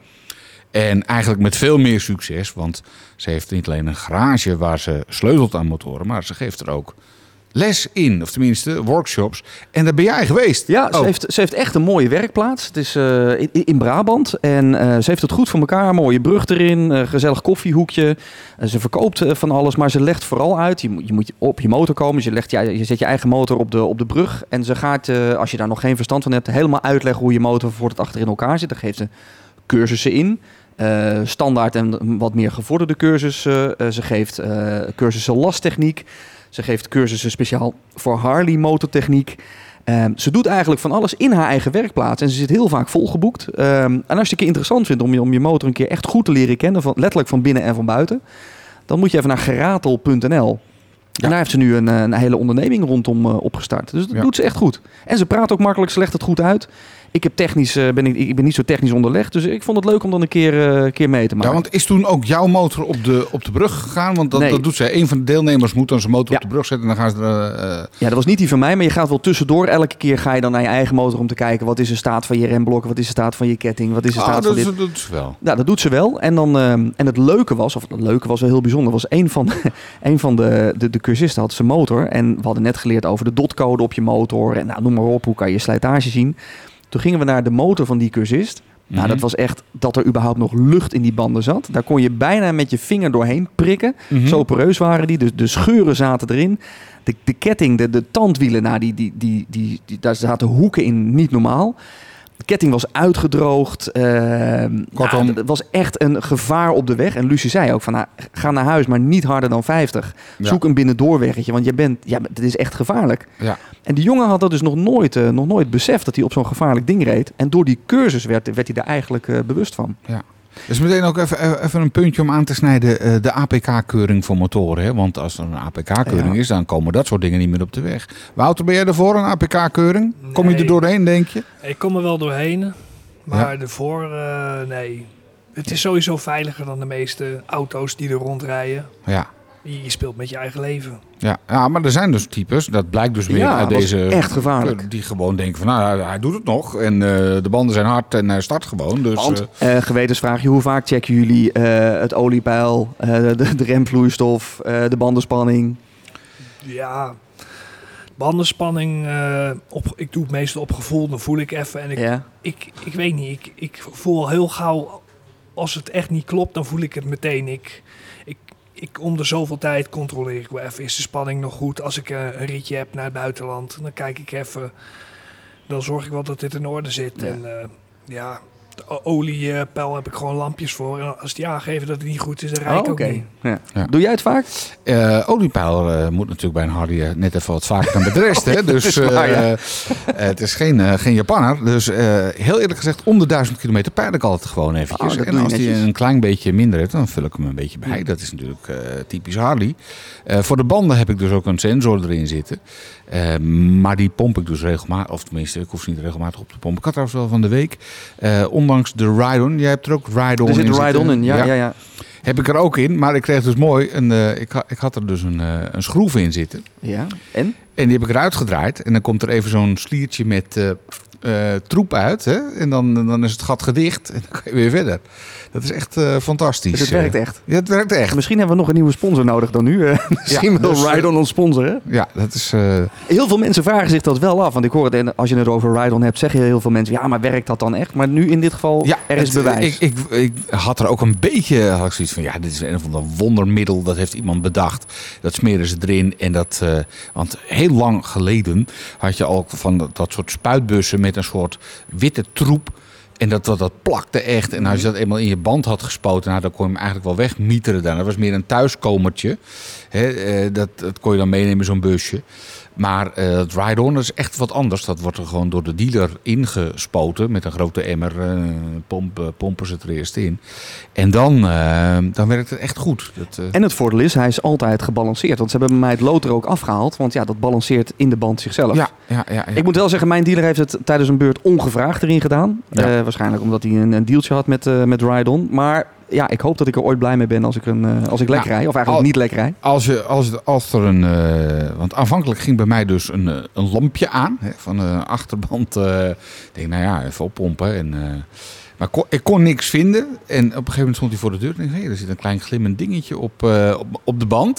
En eigenlijk met veel meer succes, want ze heeft niet alleen een garage waar ze sleutelt aan motoren, maar ze geeft er ook les in, of tenminste workshops. En daar ben jij geweest. Ja, ze ook. heeft, ze heeft echt een mooie werkplaats. Het is uh, in, in Brabant. En uh, ze heeft het goed voor elkaar. Mooie brug erin. Uh, gezellig koffiehoekje. Uh, ze verkoopt uh, van alles. Maar ze legt vooral uit. Je, moet- je moet op je motor komen. Dus je, legt, ja, je zet je eigen motor op de, op de brug. En ze gaat, uh, als je daar nog geen verstand van hebt, helemaal uitleggen hoe je motor voor het achter in elkaar zit. Daar geeft ze cursussen in. Uh, standaard en wat meer gevorderde cursussen. Uh, ze geeft uh, cursussen lasttechniek. Ze geeft cursussen speciaal voor Harley motortechniek. Um, ze doet eigenlijk van alles in haar eigen werkplaats. En ze zit heel vaak volgeboekt. Um, en als je het een keer interessant vindt om je, om je motor een keer echt goed te leren kennen, van, letterlijk van binnen en van buiten, dan moet je even naar geratel punt n l. Ja. En daar heeft ze nu een, een hele onderneming rondom uh, opgestart. Dus dat Ja. doet ze echt goed. En ze praat ook makkelijk, ze legt het goed uit. Ik, heb technisch, uh, ben ik, ik ben niet zo technisch onderlegd, dus ik vond het leuk om dan een keer, uh, keer mee te maken. Ja, want is toen ook jouw motor op de, op de brug gegaan? Want dat, Nee. dat doet zij. Een van de deelnemers moet dan zijn motor Ja. op de brug zetten en dan gaan ze er... Uh, Ja, dat was niet die van mij, maar je gaat wel tussendoor. Elke keer ga je dan naar je eigen motor om te kijken, wat is de staat van je remblokken, wat is de staat van je ketting, wat is de ah, staat dat, van dit. is- dat is wel. Ja, dat doet ze wel. En, dan, uh, en het leuke was, of het leuke was wel heel bijzonder, was een van, een van de, de, de cursisten had zijn motor. En we hadden net geleerd over de dotcode op je motor. En nou, noem maar op, hoe kan je slijtage zien. Toen gingen we naar de motor van die cursist. Nou, Mhm. dat was echt dat er überhaupt nog lucht in die banden zat. Daar kon je bijna met je vinger doorheen prikken. Mhm. Zo poreus waren die. Dus de scheuren zaten erin. De, de ketting, de, de tandwielen, nou, die, die, die, die, die, daar zaten hoeken in, niet normaal. De ketting was uitgedroogd. Uh, Kortom. nou, het was echt een gevaar op de weg. En Lucie zei ook van, nou, ga naar huis, maar niet harder dan vijftig. Ja. Zoek een binnendoorweggetje, want je bent, ja, het is echt gevaarlijk. Ja. En die jongen had dat dus nog nooit, uh, nog nooit beseft dat hij op zo'n gevaarlijk ding reed. En door die cursus werd, werd hij daar eigenlijk uh, bewust van. Dus meteen ook even, even een puntje om aan te snijden. uh, de A P K-keuring voor motoren. Hè? Want als er een A P K-keuring Ja. is, dan komen dat soort dingen niet meer op de weg. Wouter, ben jij ervoor, een A P K-keuring? Kom je er Nee. doorheen, denk je? Ik kom er wel doorheen, maar ervoor, uh, nee. Het is sowieso veiliger dan de meeste auto's die er rondrijden. Ja. Je je speelt met je eigen leven. Ja, ja, maar er zijn dus types, dat blijkt dus weer Ja, uit was deze... echt gevaarlijk. Die gewoon denken van, nou, hij, hij doet het nog. En uh, de banden zijn hard en hij start gewoon. Dus, Want, uh, uh, gewetensvraagje, hoe vaak checken jullie uh, het oliepeil, uh, de, de remvloeistof, uh, de bandenspanning? Ja, bandenspanning, uh, op, ik doe het meestal op gevoel, dan voel ik even. En ik, Ja. ik, ik weet niet, ik, ik voel heel gauw, als het echt niet klopt, dan voel ik het meteen. Ik, ik, ik om de zoveel tijd controleer ik wel even, is de spanning nog goed? Als ik uh, een ritje heb naar het buitenland, dan kijk ik even, dan zorg ik wel dat dit in orde zit. Ja. En uh, ja, De oliepeil heb ik gewoon lampjes voor. En als die aangeven dat het niet goed is, dan rijd ik Oh, ook oké. niet. Ja. Ja. Doe jij het vaak? Uh, oliepeil uh, moet natuurlijk bij een Hardy uh, net even wat vaker dan bij de rest. Hè? Dus uh, waar, ja. uh, het is geen, uh, geen Japanner. Dus uh, heel eerlijk gezegd, om de duizend kilometer peil ik altijd gewoon eventjes. Oh, dat en doe je als die netjes. een klein beetje minder heeft, dan vul ik hem een beetje bij. Dat is natuurlijk uh, typisch Harley. Uh, voor de banden heb ik dus ook een sensor erin zitten. Uh, maar die pomp ik dus regelmatig. Of tenminste, ik hoef ze niet regelmatig op te pompen. Ik had trouwens wel van de week. Uh, ondanks de Ride-On. Jij hebt er ook Ride-On Er zit in een ride-on in, ja, ja, ja. Heb ik er ook in, maar ik kreeg dus mooi, een, uh, ik, ha, ik had er dus een, uh, een schroef in zitten. Ja, en? En die heb ik eruit gedraaid. En dan komt er even zo'n sliertje met uh, uh, troep uit. Hè? En dan, dan is het gat gedicht en dan kan je weer verder. Dat is echt uh, fantastisch. Dus het werkt echt? Ja, het werkt echt. Misschien hebben we nog een nieuwe sponsor nodig dan nu. Uh, misschien ja, wil dus, Ride-On ons sponsoren. Ja, dat is... Uh... Heel veel mensen vragen zich dat wel af. Want ik hoor het, en als je het over Ride-On hebt, zeggen heel veel mensen... ja, maar werkt dat dan echt? Maar nu in dit geval, ja, er is het, bewijs. Ik, ik, ik had er ook een beetje had ik zoiets van... ja, dit is een of ander wondermiddel. Dat heeft iemand bedacht. Dat smeren ze erin. En dat, uh, want heel lang geleden had je al van dat, dat soort spuitbussen... met een soort witte troep... En dat, dat, dat plakte echt. En als je dat eenmaal in je band had gespoten... Nou, dan kon je hem eigenlijk wel wegmieteren dan. Dat was meer een thuiskomertje. He, uh, dat, dat kon je dan meenemen, zo'n busje. Maar uh, het Ride-On, dat is echt wat anders. Dat wordt er gewoon door de dealer ingespoten. Met een grote emmer. Uh, pomp, uh, pompen ze het er eerst in. En dan, uh, dan werkt het echt goed. Dat, uh... En het voordeel is, hij is altijd gebalanceerd. Want ze hebben bij mij het lood er ook afgehaald. Want ja, dat balanceert in de band zichzelf. Ja, ja, ja, ja. Ik moet wel zeggen, mijn dealer heeft het tijdens een beurt ongevraagd erin gedaan. Ja. Uh, waarschijnlijk omdat hij een, een dealtje had met, uh, met Ride-On. Maar ja, ik hoop dat ik er ooit blij mee ben als ik, een, uh, als ik lekker ja, rij. Of eigenlijk al, niet lekker rij. Als, je, als, het, als er een... Uh, want aanvankelijk ging bij mij dus een, een lampje aan. Hè, van de achterband. Uh, ik denk, nou ja, even oppompen. En, uh, maar kon, ik kon niks vinden. En op een gegeven moment stond hij voor de deur. En ik dacht, hey, er zit een klein glimmend dingetje op, uh, op, op de band.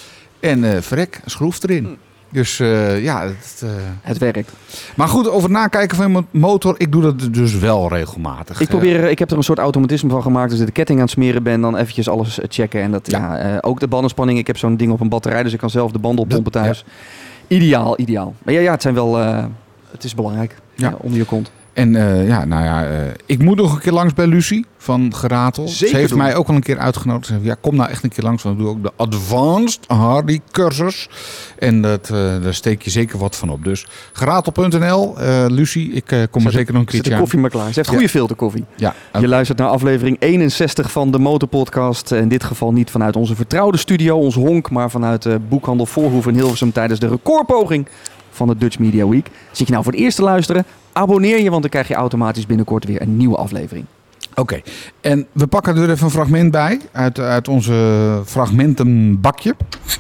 En uh, verrek, een schroef erin. Dus uh, ja, het, uh... het werkt. Maar goed, over het nakijken van mijn motor, ik doe dat dus wel regelmatig. Ik probeer, ik heb er een soort automatisme van gemaakt. Als ik de ketting aan het smeren ben, dan eventjes alles checken. En dat, ja. Ja, uh, ook de bandenspanning. Ik heb zo'n ding op een batterij, dus ik kan zelf de banden oppompen thuis. Ja. Ideaal, ideaal. Maar ja, ja, het zijn wel, uh, het is belangrijk. Ja. Ja, onder je kont. En uh, ja, nou ja, uh, ik moet nog een keer langs bij Lucie van Geratel. Zeker Ze heeft doen. mij ook al een keer uitgenodigd. Ze zei, ja, kom nou echt een keer langs, want ik doe ook de Advanced Hardy cursus. En dat, uh, daar steek je zeker wat van op. Dus geratel punt n l, uh, Lucie, ik uh, kom er zeker nog een keertje aan. Zet de koffie maar klaar. Ze heeft goede ja. filterkoffie. Ja. Okay. Je luistert naar aflevering eenenzestig van de Motorpodcast. In dit geval niet vanuit onze vertrouwde studio, ons honk, maar vanuit de boekhandel Voorhoeven in Hilversum tijdens de recordpoging van de Dutch Media Week. Zit je nou voor het eerst te luisteren? Abonneer je, want dan krijg je automatisch binnenkort weer een nieuwe aflevering. Oké, okay. En we pakken er even een fragment bij uit, uit onze fragmentenbakje.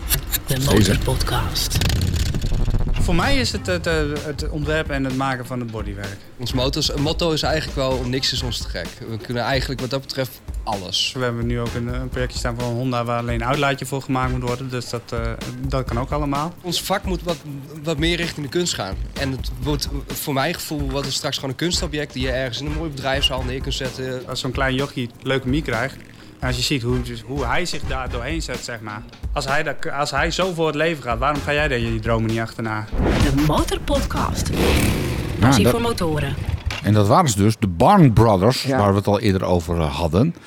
De Motorpodcast. Voor mij is het het, het ontwerp en het maken van het bodywerk. Ons motto is eigenlijk wel, niks is ons te gek. We kunnen eigenlijk wat dat betreft alles. We hebben nu ook een, een projectje staan van Honda waar alleen een uitlaatje voor gemaakt moet worden. Dus dat, uh, dat kan ook allemaal. Ons vak moet wat, wat meer richting de kunst gaan. En het wordt voor mijn gevoel wordt het straks gewoon een kunstobject die je ergens in een mooie bedrijfszaal neer kunt zetten. Als zo'n klein jochie leukemie krijgt. En als je ziet hoe, hoe hij zich daar doorheen zet, zeg maar. Als hij, dat, als hij zo voor het leven gaat, waarom ga jij daar je dromen niet achterna? De Motorpodcast. Passie ja, voor motoren. En dat waren ze dus, de Barn Brothers, ja. waar we het al eerder over hadden.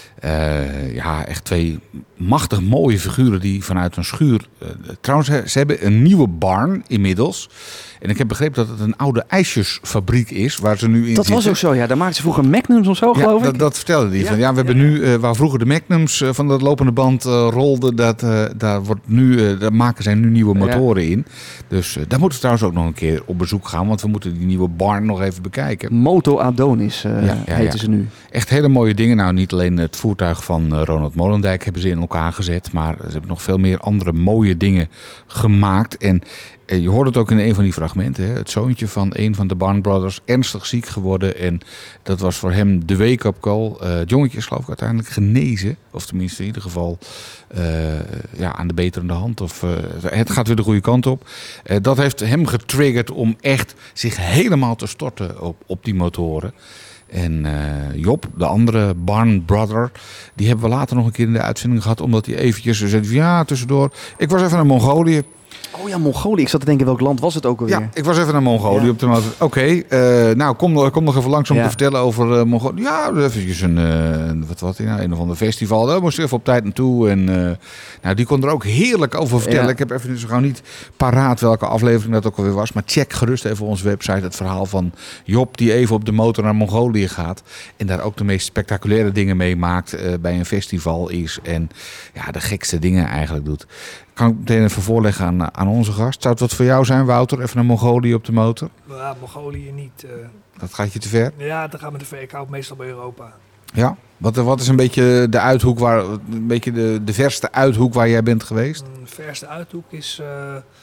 Uh, ja, echt twee machtig mooie figuren die vanuit een schuur... Uh, trouwens, ze hebben een nieuwe barn inmiddels. En ik heb begrepen dat het een oude ijsjesfabriek is, waar ze nu in dat zitten. Dat was ook zo, ja. Daar maakten ze vroeger Magnums of zo, ja, geloof ik. Dat, dat vertelde die. Ja, van, ja, we hebben ja. nu, uh, waar vroeger de Magnums uh, van dat lopende band uh, rolden, dat, uh, daar, wordt nu, uh, daar maken zij nu nieuwe motoren ja. in. Dus uh, daar moeten we trouwens ook nog een keer op bezoek gaan, want we moeten die nieuwe barn nog even bekijken. Moto Adonis uh, ja, ja, heten ja. ze nu. Echt hele mooie dingen. Nou, niet alleen het voertuig van uh, Ronald Molendijk hebben ze in elkaar gezet, maar ze hebben nog veel meer andere mooie dingen gemaakt. En je hoort het ook in een van die fragmenten. Hè? Het zoontje van een van de Barn Brothers ernstig ziek geworden. En dat was voor hem de wake-up call. Uh, het jongetje is geloof ik uiteindelijk genezen. Of tenminste in ieder geval uh, ja, aan de beterende hand. Of, uh, het gaat weer de goede kant op. Uh, dat heeft hem getriggerd om echt zich helemaal te storten op, op die motoren. En uh, Job, de andere Barn Brother, die hebben we later nog een keer in de uitzending gehad. Omdat hij eventjes zei, ja, tussendoor. Ik was even naar Mongolië. Oh ja, Mongolië. Ik zat te denken, welk land was het ook alweer? Ja, ik was even naar Mongolië Ja. op de motor. Oké, okay, uh, nou kom, kom nog even langs om Ja. te vertellen over uh, Mongolië. Ja, eventjes een, uh, wat wat, ja, een of ander festival. Daar moest ik even op tijd naartoe. En uh, nou, die kon er ook heerlijk over vertellen. Ja. Ik heb even zo gauw niet paraat welke aflevering dat ook alweer was. Maar check gerust even op onze website het verhaal van Job die even op de motor naar Mongolië gaat. En daar ook de meest spectaculaire dingen meemaakt uh, bij een festival is. En ja, de gekste dingen eigenlijk doet. Kan ik meteen even voorleggen aan, aan onze gast. Zou het wat voor jou zijn, Wouter? Even naar Mongolië op de motor? Ja, Mongolië niet. Uh, Dat gaat je te ver? ja, dan gaan we te ver. Ik hou meestal bij Europa. Ja? Wat, wat is een beetje de uithoek waar, een beetje de, de verste uithoek waar jij bent geweest? De verste uithoek is uh,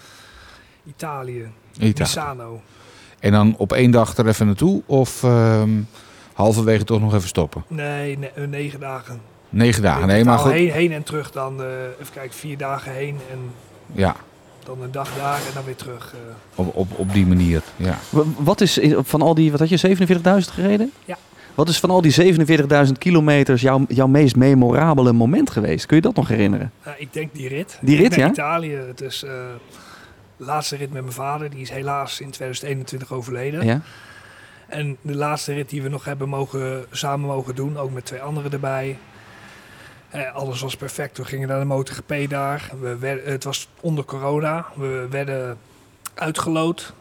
Italië. Italië. Misano. En dan op één dag er even naartoe? Of uh, halverwege toch nog even stoppen? Nee, ne uh, negen dagen. Negen dagen, nee, maar goed. Heen, heen en terug dan, uh, even kijken, vier dagen heen en ja. dan een dag daar en dan weer terug. Uh. Op, op, op die manier, ja. Wat is van al die, wat had je, zevenenveertigduizend gereden? Ja. Wat is van al die zevenenveertigduizend kilometers jouw, jouw meest memorabele moment geweest? Kun je dat nog herinneren? Uh, ik denk die rit. Die rit, naar ja? Italië. Het is uh, de laatste rit met mijn vader. Die is helaas in tweeduizend eenentwintig overleden. Ja. En de laatste rit die we nog hebben mogen, samen mogen doen, ook met twee anderen erbij. Uh, alles was perfect. We gingen naar de MotoGP daar. We werden, het was onder corona. We werden uitgeloot.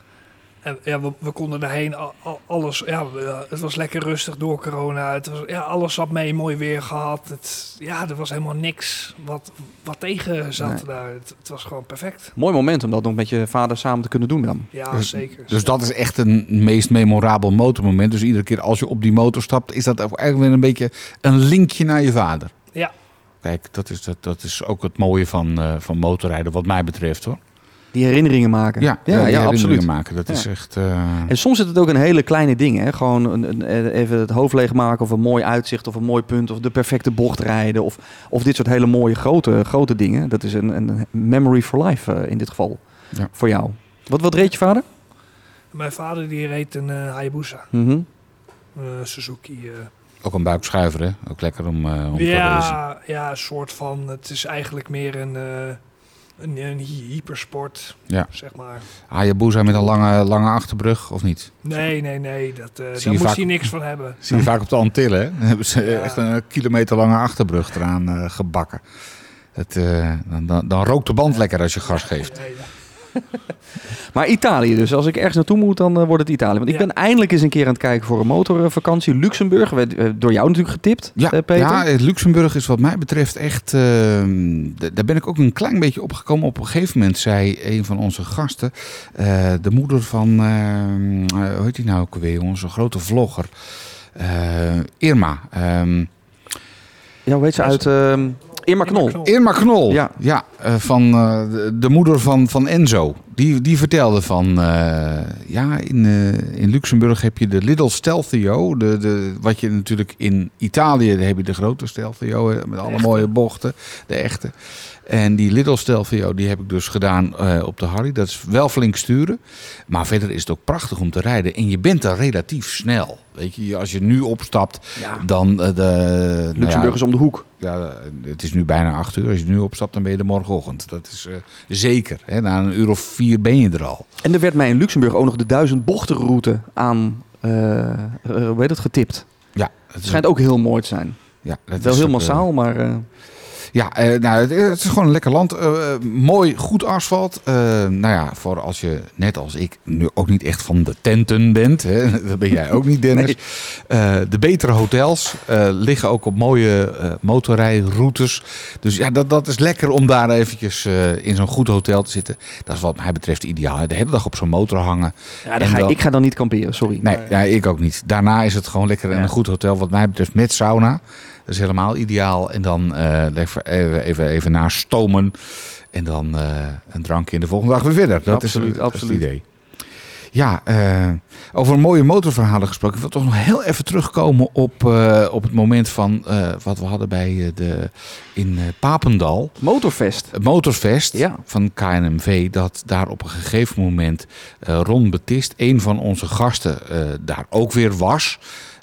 En ja, we, we konden daarheen. Al, al, alles, ja, we, het was lekker rustig door corona. Het was, ja, alles zat mee, mooi weer gehad. Het, ja, er was helemaal niks wat, wat tegen zat Nee. daar. Het, het was gewoon perfect. Mooi moment om dat nog met je vader samen te kunnen doen dan. Ja, dus, zeker. Dus dat is echt een meest memorabel motormoment. Dus iedere keer als je op die motor stapt, is dat eigenlijk weer een beetje een linkje naar je vader. Ja. Kijk, dat is, dat, dat is ook het mooie van, uh, van motorrijden wat mij betreft, hoor. Die herinneringen maken. Ja, ja, die ja herinneringen absoluut. maken. Dat ja. is echt... Uh... En soms zit het ook in hele kleine dingen. Hè? Gewoon een, een, even het hoofd leegmaken of een mooi uitzicht of een mooi punt of de perfecte bocht rijden of, of dit soort hele mooie grote, grote dingen. Dat is een, een memory for life uh, in dit geval ja. voor jou. Wat, wat reed je vader? Mijn vader die reed een uh, Hayabusa. Mm-hmm. Uh, Suzuki. Uh... Ook een buikschuiver, hè? Ook lekker om, uh, om ja, te racen. Ja, een soort van... Het is eigenlijk meer een... Uh, Een, een hypersport, ja. zeg maar. Hayabusa met een lange, lange achterbrug, of niet? Nee, nee, nee. Dat, uh, zie daar moest vaak, hij niks van hebben. Zie je vaak op de Antillen, hè? Dan hebben ze ja. echt een kilometer lange achterbrug eraan uh, gebakken. Dat, uh, dan, dan, dan rookt de band lekker als je gas geeft. Ja, ja. Maar Italië dus. Als ik ergens naartoe moet, dan uh, wordt het Italië. Want ik ja. ben eindelijk eens een keer aan het kijken voor een motorvakantie. Luxemburg, werd uh, door jou natuurlijk getipt, ja, uh, Peter. Ja, Luxemburg is wat mij betreft echt... Uh, d- daar ben ik ook een klein beetje opgekomen. Op een gegeven moment zei een van onze gasten... Uh, de moeder van... Uh, uh, hoe heet die nou ook weer? Onze grote vlogger. Uh, Irma. Um, ja, hoe heet ze uit... Uh, Irma Knol. Irma Knol, ja, ja uh, van uh, de, de moeder van, van Enzo. Die, die vertelde van, uh, ja, in, uh, in Luxemburg heb je de Lidl Stelvio. De, de, wat je natuurlijk in Italië, heb je de grote Stelvio met alle echte. mooie bochten, de echte. En die Lidl Stelvio, die heb ik dus gedaan uh, op de Harley. Dat is wel flink sturen. Maar verder is het ook prachtig om te rijden. En je bent er relatief snel. Weet je, als je nu opstapt, ja. dan... Uh, de, Luxemburg nou ja, is om de hoek. Ja, het is nu bijna acht uur. Als je nu opstapt, dan ben je er morgenochtend. Dat is uh, zeker. Hè? Na een uur of vier ben je er al. En er werd mij in Luxemburg ook nog de duizend bochtenroute aan uh, uh, hoe heet het, getipt. Ja. Het schijnt ook heel mooi te zijn. Ja, dat wel is heel ook, massaal, uh, maar... Uh... Ja, uh, nou, het, het is gewoon een lekker land. Uh, mooi, goed asfalt. Uh, nou ja, voor als je, net als ik, nu ook niet echt van de tenten bent. Hè, dat ben jij ook niet, Dennis. Nee. Uh, de betere hotels uh, liggen ook op mooie uh, motorrijroutes. Dus ja, dat, dat is lekker om daar eventjes uh, in zo'n goed hotel te zitten. Dat is wat mij betreft ideaal. De hele dag op zo'n motor hangen. Ja, dan ga dan... Ik ga dan niet kamperen, sorry. Nee, ja, ik ook niet. Daarna is het gewoon lekker in ja. een goed hotel, wat mij betreft, met sauna. Dat is helemaal ideaal. En dan uh, even, even, even naar stomen. En dan uh, een drankje in de volgende dag weer verder. Dat absoluut, is, absoluut. Dat is het idee. Ja, uh, over mooie motorverhalen gesproken. Ik wil toch nog heel even terugkomen op, uh, op het moment van uh, wat we hadden bij uh, de, in uh, Papendal. Motorfest. Het Motorfest ja. van K N M V. Dat daar op een gegeven moment uh, Ron Betist, een van onze gasten, uh, daar ook weer was.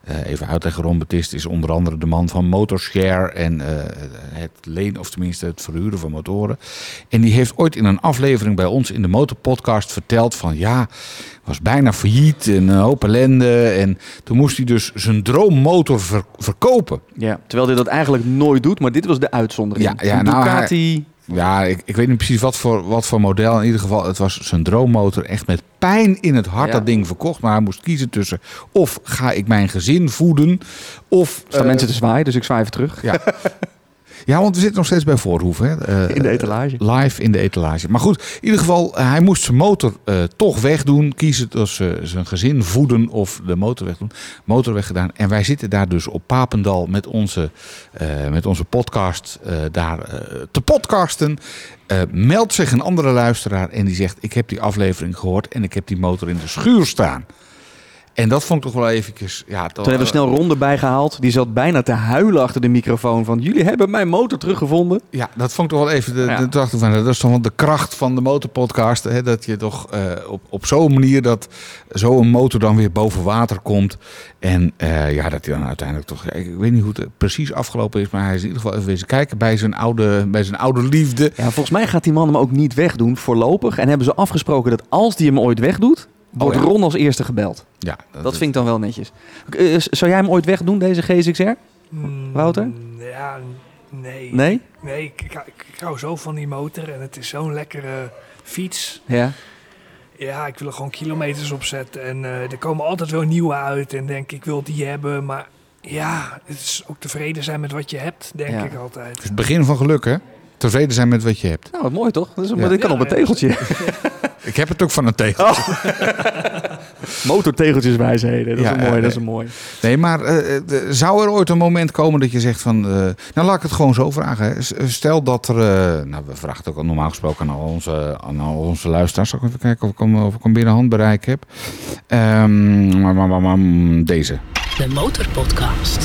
Uh, even uitleggen, Ron Batist is onder andere de man van Motorshare en uh, het lenen, of tenminste het verhuren van motoren. En die heeft ooit in een aflevering bij ons in de Motorpodcast verteld van ja, was bijna failliet en een hoop ellende. En toen moest hij dus zijn droommotor ver- verkopen. Ja, terwijl hij dat eigenlijk nooit doet, maar dit was de uitzondering. Ja, ja, een nou, Ducati... hij, ja ik, ik weet niet precies wat voor, wat voor model. In ieder geval, het was zijn droommotor. Echt met pijn in het hart Ja. dat ding verkocht. Maar hij moest kiezen tussen of ga ik mijn gezin voeden of... Er staan uh, mensen te zwaaien, dus ik zwaai even terug. Ja. Ja, want we zitten nog steeds bij Voorhoef. Hè? Uh, In de etalage. Live in de etalage. Maar goed, in ieder geval, uh, hij moest zijn motor uh, toch wegdoen. Kiezen tussen uh, zijn gezin voeden of de motor wegdoen. Motor weggedaan. En wij zitten daar dus op Papendal met onze, uh, met onze podcast uh, daar uh, te podcasten. Uh, meldt zich een andere luisteraar en die zegt... ik heb die aflevering gehoord en ik heb die motor in de schuur staan. En dat vond ik toch wel eventjes... Ja, toch, Toen hebben we snel Ron erbij gehaald. Die zat bijna te huilen achter de microfoon van... jullie hebben mijn motor teruggevonden. Ja, dat vond ik toch wel even... De, Ja. de, dacht ik van, dat is toch wel de kracht van de motorpodcast. Hè, dat je toch uh, op, op zo'n manier... dat zo'n motor dan weer boven water komt. En uh, ja, dat hij dan uiteindelijk toch... Ik, ik weet niet hoe het precies afgelopen is... maar hij is in ieder geval even wezen kijken bij zijn oude, bij zijn oude liefde. Ja, volgens mij gaat die man hem ook niet wegdoen voorlopig. En hebben ze afgesproken dat als die hem ooit wegdoet... wordt Oh ja. Ron als eerste gebeld. Ja, dat dat vind ik dan wel netjes. Uh, zou jij hem ooit wegdoen, deze G S X R? Mm, Wouter? Ja, nee. Nee? Nee, ik, ik, ik, ik hou zo van die motor en het is zo'n lekkere fiets. Ja. Ja, ik wil er gewoon kilometers op zetten en uh, er komen altijd wel nieuwe uit en denk ik wil die hebben. Maar ja, het is ook tevreden zijn met wat je hebt, denk Ja. ik altijd. Het is het begin van geluk, hè? Tevreden zijn met wat je hebt. Nou, wat mooi toch? Dat, is een, Ja. dat kan Ja, op een ja. tegeltje. Ik heb het ook van een tegeltje. Motortegeltjeswijsheden, dat is Ja, een mooi, ja, dat is nee. een mooi. Nee, maar uh, uh, zou er ooit een moment komen dat je zegt van... Uh, nou, laat ik het gewoon zo vragen. Hè. S- Stel dat er... Uh, nou, we vragen het ook al normaal gesproken aan al onze, aan al onze luisteraars. Zal ik even kijken of ik hem, of ik hem binnen handbereik heb. Um, maar, maar, maar, maar, deze. De Motorpodcast.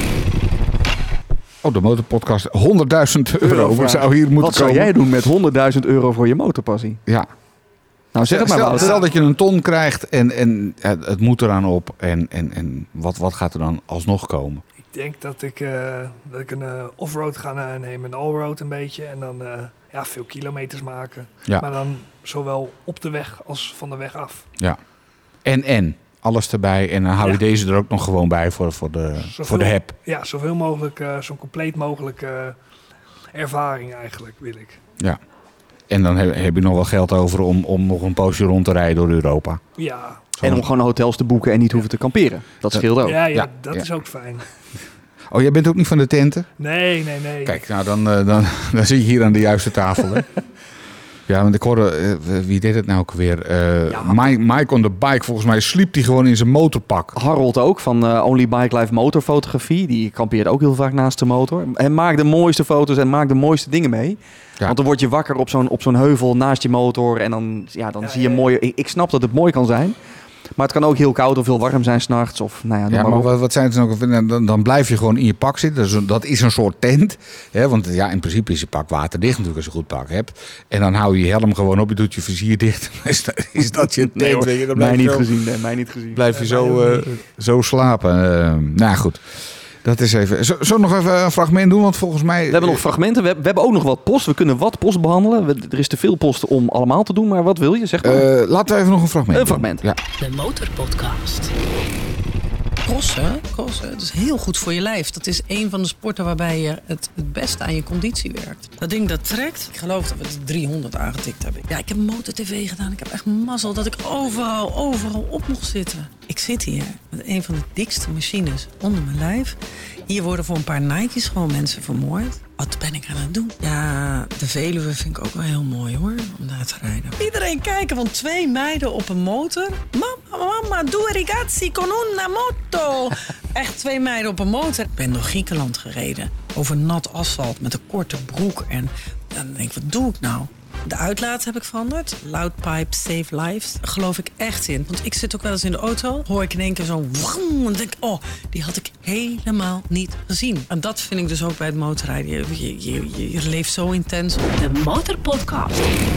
Oh, de motorpodcast. honderdduizend euro Vraag. zou hier moeten Wat zou komen. jij doen met honderdduizend euro voor je motorpassie? Ja. Nou, zeg het maar, stel, Wouter. stel dat je een ton krijgt en, en het, het moet eraan op. En, en, en wat, wat gaat er dan alsnog komen? Ik denk dat ik, uh, dat ik een uh, offroad ga uh, nemen, een allroad een beetje. En dan uh, ja, veel kilometers maken. Ja. Maar dan zowel op de weg als van de weg af. Ja. En, en. Alles erbij. En dan hou je Ja. deze er ook nog gewoon bij voor, voor, de, Zoveel- voor de heb. Ja, zoveel mogelijk, uh, zo'n compleet mogelijke uh, ervaring eigenlijk wil ik. Ja. En dan heb, heb je nog wel geld over om, om nog een poosje rond te rijden door Europa. Ja, En om gewoon hotels te boeken en niet hoeven te kamperen. Dat scheelt ook. ja, ja, Ja, dat ja. is ook fijn. Oh, jij bent ook niet van de tenten? Nee, nee, nee. Kijk, nou dan, uh, dan, dan zit je hier aan de juiste tafel. Hè? Ja, want ik hoorde, uh, wie deed het nou ook weer? Uh, Ja. Mike, Mike on the bike, volgens mij sliep hij gewoon in zijn motorpak. Harold ook, van uh, Only Bike Life Motorfotografie. Die kampeert ook heel vaak naast de motor. En maakt de mooiste foto's en maakt de mooiste dingen mee. Ja. Want dan word je wakker op zo'n, op zo'n heuvel naast je motor. En dan, ja, dan Ja, zie je ja, ja. mooie... Ik, ik snap dat het mooi kan zijn. Maar het kan ook heel koud of heel warm zijn s'nachts. Of nou ja, noem Ja, maar maar op. wat, wat zijn het nou? Dan, dan blijf je gewoon in je pak zitten. Dat is een, dat is een soort tent. Hè? Want ja, in principe is je pak waterdicht natuurlijk als je een goed pak hebt. En dan hou je je helm gewoon op. Je doet je vizier dicht. Is dat, is dat je tent? Nee, hoor. weet je? Dan mij blijf je niet zo, gezien, nee, mij niet gezien. blijf je Nee, mij zo, ook uh, niet. zo slapen. Uh, nou goed. Dat is even. Zullen we nog even een fragment doen? Want volgens mij... We hebben nog fragmenten. We, hebben- we hebben ook nog wat post. We kunnen wat post behandelen. We- er is te veel post om allemaal te doen. Maar wat wil je? Zeg maar. Uh, laten we even nog een fragment Een doen. fragment. Ja. De Motorpodcast. Crossen, crossen, dat is heel goed voor je lijf. Dat is een van de sporten waarbij je het, het beste aan je conditie werkt. Dat ding dat trekt. Ik geloof dat we het driehonderd aangetikt hebben. Ja, ik heb motor-tv gedaan. Ik heb echt mazzel dat ik overal, overal op mocht zitten. Ik zit hier met een van de dikste machines onder mijn lijf. Hier worden voor een paar Nike's gewoon mensen vermoord. Wat ben ik aan het doen? Ja, de Veluwe vind ik ook wel heel mooi hoor, om daar te rijden. Iedereen kijken van twee meiden op een motor. Mama, mama, due ragazzi con una moto. Echt twee meiden op een motor. Ik ben door Griekenland gereden. Over nat asfalt met een korte broek. En dan denk ik, wat doe ik nou? De uitlaat heb ik veranderd. Loud pipe, save lives. Daar geloof ik echt in. Want ik zit ook wel eens in de auto. Hoor ik in één keer zo'n... wrong, en denk ik, oh, die had ik helemaal niet gezien. En dat vind ik dus ook bij het motorrijden. Je, je, je, je leeft zo intens. De Motorpodcast.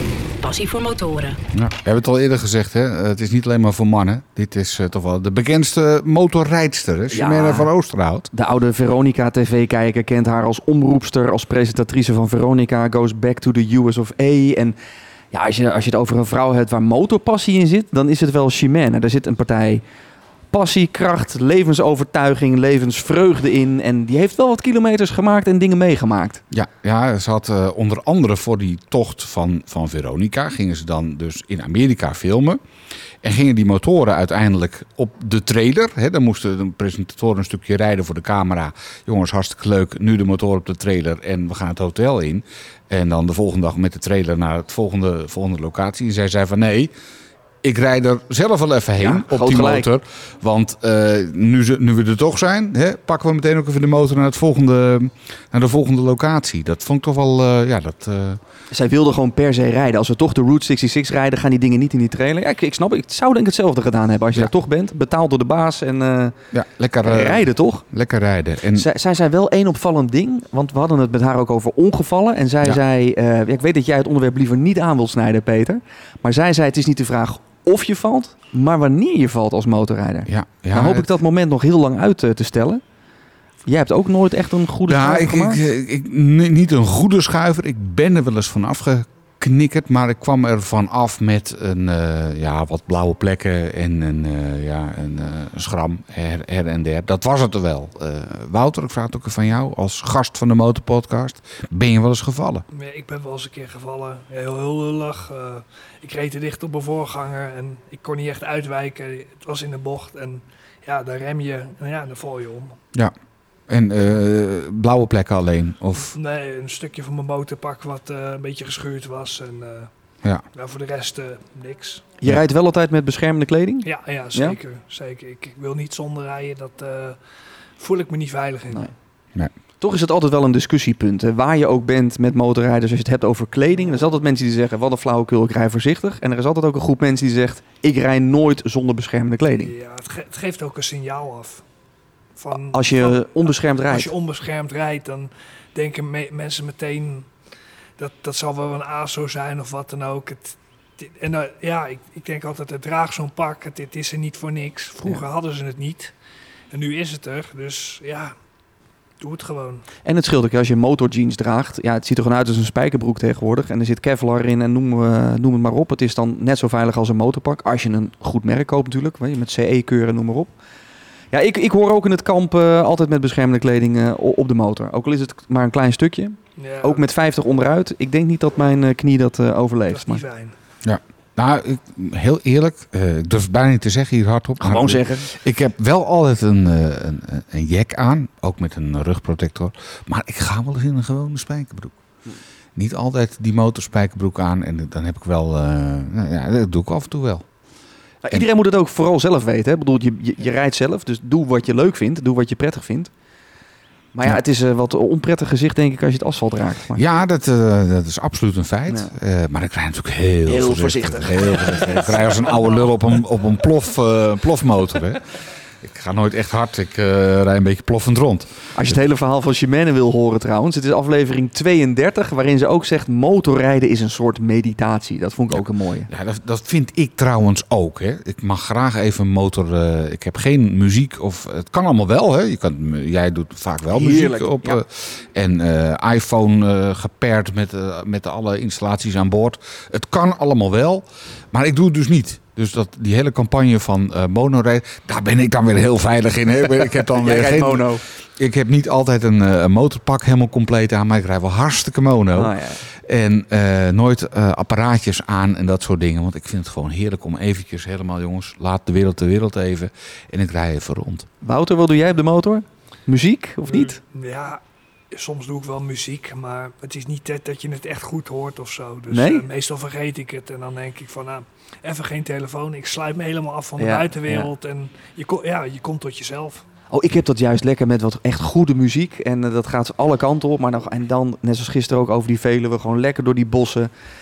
passie voor motoren. Ja, we hebben het al eerder gezegd, hè? Het is niet alleen maar voor mannen. Dit is uh, toch wel de bekendste motorrijdster, hè? Ximena ja, van Oosterhout. De oude Veronica-tv-kijker kent haar als omroepster, als presentatrice van Veronica, Goes Back to the U S of A. En ja, als je, als je het over een vrouw hebt waar motorpassie in zit, dan is het wel Ximena. Daar zit een partij passie, kracht, levensovertuiging, levensvreugde in. En die heeft wel wat kilometers gemaakt en dingen meegemaakt. Ja, ja ze had uh, onder andere voor die tocht van, van Veronica, gingen ze dan dus in Amerika filmen. En gingen die motoren uiteindelijk op de trailer. Hè, dan moesten de presentatoren een stukje rijden voor de camera. Jongens, hartstikke leuk. Nu de motor op de trailer en we gaan het hotel in. En dan de volgende dag met de trailer naar het volgende, volgende locatie. En zij zei van nee, ik rijd er zelf wel even heen ja, op die gelijk. motor. Want uh, nu, ze, nu we er toch zijn, hè, pakken we meteen ook even de motor naar, het volgende, naar de volgende locatie. Dat vond ik toch wel... Uh, ja, dat, uh... Zij wilde gewoon per se rijden. Als we toch de Route zesenzestig rijden, gaan die dingen niet in die trailer. Ja, ik, ik snap, ik zou denk ik hetzelfde gedaan hebben. Als je ja. daar toch bent, betaald door de baas en uh, ja, lekker uh, rijden toch? Lekker rijden. En... Zij, zij zei wel één opvallend ding, want we hadden het met haar ook over ongevallen. En zij ja. zei, uh, ja, ik weet dat jij het onderwerp liever niet aan wilt snijden, Peter. Maar zij zei, het is niet de vraag of je valt, maar wanneer je valt als motorrijder. Ja, ja, nou hoop het... ik dat moment nog heel lang uit uh, te stellen. Jij hebt ook nooit echt een goede ja, schuiver ik, gemaakt? Ik, ik, niet een goede schuiver. Ik ben er wel eens van afgeknikkerd, maar ik kwam er van af met een, uh, ja, wat blauwe plekken en een, uh, ja, een uh, schram her, her en der. Dat was het er wel. Uh, Wouter, ik vraag het ook van jou als gast van de Motorpodcast. Ben je wel eens gevallen? Nee, ik ben wel eens een keer gevallen. Heel, heel lullig. Uh, ik reed te dicht op mijn voorganger en ik kon niet echt uitwijken. Het was in de bocht en ja, dan rem je en ja, dan val je om. Ja. En uh, blauwe plekken alleen? Of? Nee, een stukje van mijn motorpak wat uh, een beetje geschuurd was. En uh, ja. nou, voor de rest uh, niks. Je ja. rijdt wel altijd met beschermende kleding? Ja, ja zeker. Ja? zeker. Ik, ik wil niet zonder rijden. Dat uh, voel ik me niet veilig in. Nee. Nee. Toch is het altijd wel een discussiepunt. Hè? Waar je ook bent met motorrijders, als je het hebt over kleding. Er zijn altijd mensen die zeggen, wat een flauwekul, ik rij voorzichtig. En er is altijd ook een groep mensen die zegt, ik rij nooit zonder beschermende kleding. Ja, het, ge- het geeft ook een signaal af. Van, als je van, onbeschermd rijdt. Als je onbeschermd rijdt, dan denken me- mensen meteen dat dat zal wel een A S O zijn of wat dan ook. Het, dit, en uh, ja, ik, ik denk altijd, het draag zo'n pak, het, het is er niet voor niks. Vroeger ja. hadden ze het niet en nu is het er. Dus ja, doe het gewoon. En het scheelt ook als je motorjeans draagt. Ja, het ziet er gewoon uit als een spijkerbroek tegenwoordig. En er zit Kevlar in en noem, uh, noem het maar op. Het is dan net zo veilig als een motorpak. Als je een goed merk koopt natuurlijk, weet je, met C E-keuren, noem maar op. Ja, ik, ik hoor ook in het kamp uh, altijd met beschermende kleding uh, op de motor. Ook al is het maar een klein stukje. Ja. Ook met vijftig onderuit. Ik denk niet dat mijn uh, knie dat uh, overleeft. Dat is niet maar... fijn. Ja. Nou, ik, heel eerlijk, uh, ik durf het bijna niet te zeggen hier hardop. Gewoon maar, zeggen. Ik heb wel altijd een, uh, een, een jack aan, ook met een rugprotector. Maar ik ga wel eens in een gewone spijkerbroek. Hm. Niet altijd die motorspijkerbroek aan en dan heb ik wel, uh, nou ja, dat doe ik af en toe wel. Nou, iedereen moet het ook vooral zelf weten. Hè? Ik bedoel, je, je, je rijdt zelf, dus doe wat je leuk vindt. Doe wat je prettig vindt. Maar ja, ja. het is uh, wat onprettig gezicht, denk ik, als je het asfalt raakt. Maar... Ja, dat, uh, dat is absoluut een feit. Ja. Uh, maar ik rijd natuurlijk heel, heel voorzichtig. voorzichtig. Heel voorzichtig. Ik rijd als een oude lul op een, op een plof, uh, plofmotor. Hè. Ik ga nooit echt hard. Ik uh, rijd een beetje ploffend rond. Als je het hele verhaal van Ximena wil horen trouwens. Het is aflevering tweeëndertig waarin ze ook zegt, motorrijden is een soort meditatie. Dat vond ik ook een mooie. Ja, dat, dat vind ik trouwens ook. Hè. Ik mag graag even motor... Uh, ik heb geen muziek of... Het kan allemaal wel. Hè. Je kan, jij doet vaak wel Heerlijk, muziek op. Ja. Uh, en uh, iPhone uh, gepaard met, uh, met alle installaties aan boord. Het kan allemaal wel. Maar ik doe het dus niet. Dus dat, die hele campagne van uh, monorijden, daar ben ik dan weer heel veilig in. Hè? Ik heb dan weer geen mono. Ik heb niet altijd een, uh, een motorpak helemaal compleet aan, maar ik rijd wel hartstikke mono. Oh, ja. En uh, nooit uh, apparaatjes aan en dat soort dingen. Want ik vind het gewoon heerlijk om eventjes helemaal, jongens, laat de wereld de wereld even. En ik rij even rond. Wouter, wat doe jij op de motor? Muziek of niet? Ja, soms doe ik wel muziek, maar het is niet dat je het echt goed hoort of zo. Dus nee? uh, meestal vergeet ik het en dan denk ik van, nou, even geen telefoon. Ik sluit me helemaal af van de ja, buitenwereld ja. en je, ko- ja, je komt tot jezelf. Oh, ik heb dat juist lekker met wat echt goede muziek. En uh, dat gaat alle kanten op. Maar nog, en dan, net zoals gisteren ook over die Veluwe, gewoon lekker door die bossen.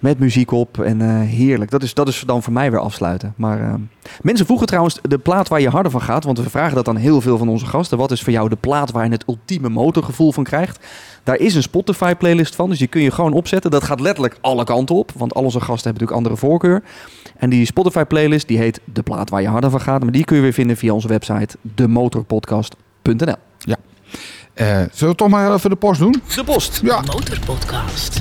Met muziek op en uh, heerlijk. Dat is, dat is dan voor mij weer afsluiten. Maar uh, mensen vroegen trouwens de plaat waar je harder van gaat. Want we vragen dat aan heel veel van onze gasten. Wat is voor jou de plaat waar je het ultieme motorgevoel van krijgt? Daar is een Spotify playlist van. Dus die kun je gewoon opzetten. Dat gaat letterlijk alle kanten op. Want al onze gasten hebben natuurlijk andere voorkeur. En die Spotify playlist die heet de plaat waar je harder van gaat. Maar die kun je weer vinden via onze website de motorpodcast punt n l. Ja. Uh, zullen we toch maar even de post doen? De post. Ja. De Motorpodcast.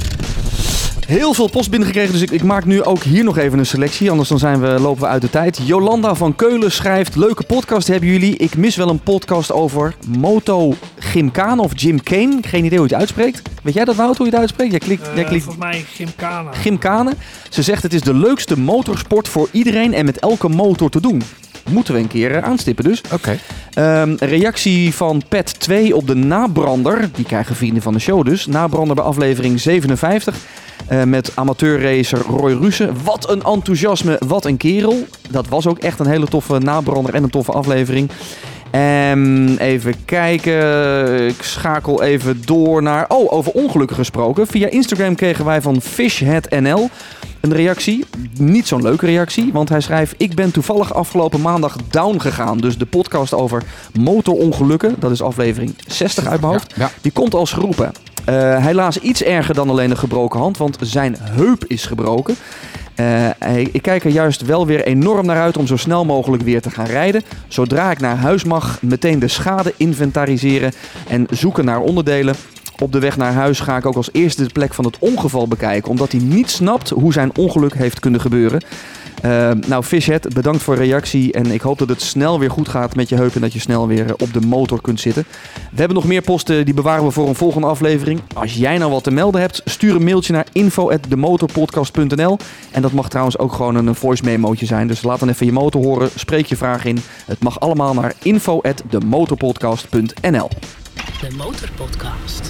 Heel veel post binnengekregen, dus ik, ik maak nu ook hier nog even een selectie. Anders dan zijn we, lopen we uit de tijd. Jolanda van Keulen schrijft... Leuke podcast hebben jullie. Ik mis wel een podcast over Moto Gymkhana of Gymkhana. Geen idee hoe je het uitspreekt. Weet jij dat, Wout, hoe je het uitspreekt? Jij klikt, uh, jij klikt... Volgens mij Gymkhana. Gymkhana. Ze zegt het is de leukste motorsport voor iedereen en met elke motor te doen. Moeten we een keer aanstippen dus. Oké. Okay. Um, reactie van Pet twee op de nabrander. Die krijgen vrienden van de show dus. Nabrander bij aflevering zevenenvijftig. Uh, met amateurracer Roy Russen. Wat een enthousiasme, wat een kerel. Dat was ook echt een hele toffe nabrander en een toffe aflevering. Um, even kijken. Ik schakel even door naar... Oh, over ongelukken gesproken. Via Instagram kregen wij van Fishhead N L een reactie. Niet zo'n leuke reactie, want hij schrijft... Ik ben toevallig afgelopen maandag down gegaan. Dus de podcast over motorongelukken. Dat is aflevering zestig uit mijn hoofd. Ja, ja. Die komt als geroepen. Uh, helaas iets erger dan alleen een gebroken hand, want zijn heup is gebroken. Uh, hij, ik kijk er juist wel weer enorm naar uit om zo snel mogelijk weer te gaan rijden. Zodra ik naar huis mag, meteen de schade inventariseren en zoeken naar onderdelen. Op de weg naar huis ga ik ook als eerste de plek van het ongeval bekijken, omdat hij niet snapt hoe zijn ongeluk heeft kunnen gebeuren. Uh, nou, Fishhead, bedankt voor de reactie en ik hoop dat het snel weer goed gaat met je heup en dat je snel weer op de motor kunt zitten. We hebben nog meer posten, die bewaren we voor een volgende aflevering. Als jij nou wat te melden hebt, stuur een mailtje naar info at de motorpodcast punt n l en dat mag trouwens ook gewoon een voice memootje zijn, dus laat dan even je motor horen, spreek je vraag in. Het mag allemaal naar info at de motorpodcast punt n l. De Motorpodcast.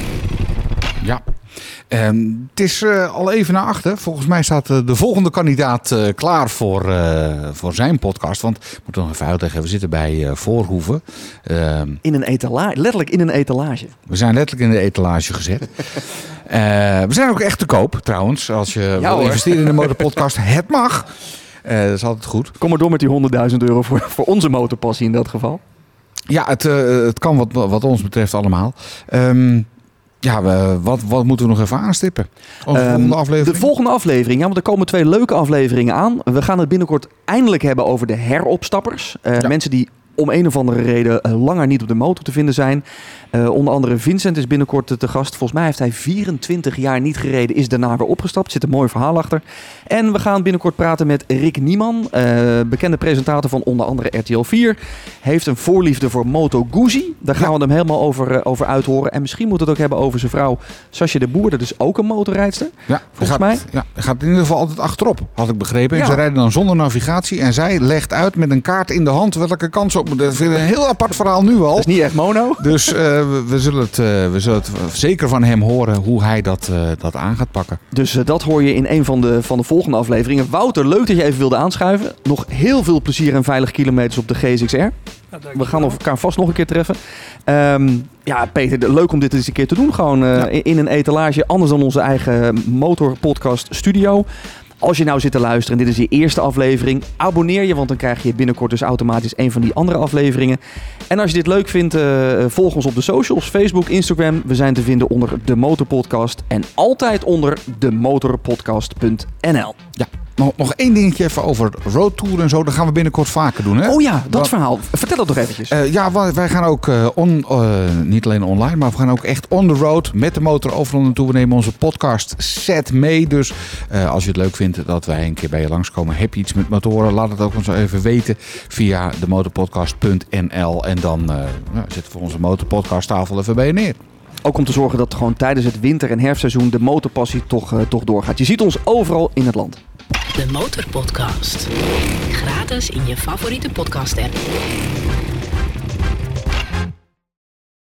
Ja. Um, het is uh, al even naar achter. Volgens mij staat uh, de volgende kandidaat uh, klaar voor, uh, voor zijn podcast. Want ik moet nog even uitleggen, we zitten bij uh, Voorhoeven. Uh, in een etalage, letterlijk in een etalage. We zijn letterlijk in de etalage gezet. uh, we zijn ook echt te koop trouwens. Als je ja, wil hoor. investeren in de motorpodcast, het mag. Uh, dat is altijd goed. Kom maar door met die honderdduizend euro voor, voor onze motorpassie in dat geval. Ja, het, uh, het kan wat, wat ons betreft allemaal. Um, Ja, we, wat, wat moeten we nog even aanstippen? Um, volgende aflevering? De volgende aflevering, ja, want er komen twee leuke afleveringen aan. We gaan het binnenkort eindelijk hebben over de heropstappers. Uh, ja. Mensen die om een of andere reden uh, langer niet op de motor te vinden zijn. Uh, onder andere Vincent is binnenkort te gast. Volgens mij heeft hij vierentwintig jaar niet gereden, is daarna weer opgestapt. Er zit een mooi verhaal achter. En we gaan binnenkort praten met Rick Nieman, uh, bekende presentator van onder andere R T L vier. Heeft een voorliefde voor Moto Guzzi. Daar gaan ja. we hem helemaal over, uh, over uithoren. En misschien moet het ook hebben over zijn vrouw Sasje de Boer. Dat is ook een motorrijdster, ja, volgens gaat, mij. Ja, hij gaat in ieder geval altijd achterop, had ik begrepen. En ja. ze rijden dan zonder navigatie. En zij legt uit met een kaart in de hand welke kant op. Dat vind ik een heel apart verhaal nu al. Dat is niet echt mono. Dus uh, we, we, zullen het, uh, we zullen het zeker van hem horen hoe hij dat, uh, dat aan gaat pakken. Dus uh, dat hoor je in een van de, van de volgende afleveringen. Wouter, leuk dat je even wilde aanschuiven. Nog heel veel plezier en veilige kilometers op de G S X R. Ja, we gaan elkaar vast nog een keer treffen. Um, ja, Peter, leuk om dit eens een keer te doen. Gewoon uh, ja. in een etalage, anders dan onze eigen motorpodcast studio. Als je nou zit te luisteren en dit is je eerste aflevering, abonneer je, want dan krijg je binnenkort dus automatisch een van die andere afleveringen. En als je dit leuk vindt, uh, volg ons op de socials, Facebook, Instagram. We zijn te vinden onder De Motorpodcast en altijd onder de motorpodcast punt n l. Ja. Nog, nog één dingetje even over roadtour en zo. Dat gaan we binnenkort vaker doen. Hè? Oh ja, dat Wat, verhaal. Vertel dat toch eventjes. Uh, ja, wij gaan ook uh, on, uh, niet alleen online, maar we gaan ook echt on the road met de motor overal naartoe. We nemen onze podcast set mee. Dus uh, als je het leuk vindt dat wij een keer bij je langskomen, heb je iets met motoren, laat het ook ons even weten via de motorpodcast punt n l. En dan uh, nou, zetten we voor onze motorpodcasttafel even bij je neer. Ook om te zorgen dat gewoon tijdens het winter- en herfstseizoen de motorpassie toch, uh, toch doorgaat. Je ziet ons overal in het land. De Motorpodcast. Gratis in je favoriete podcast-app.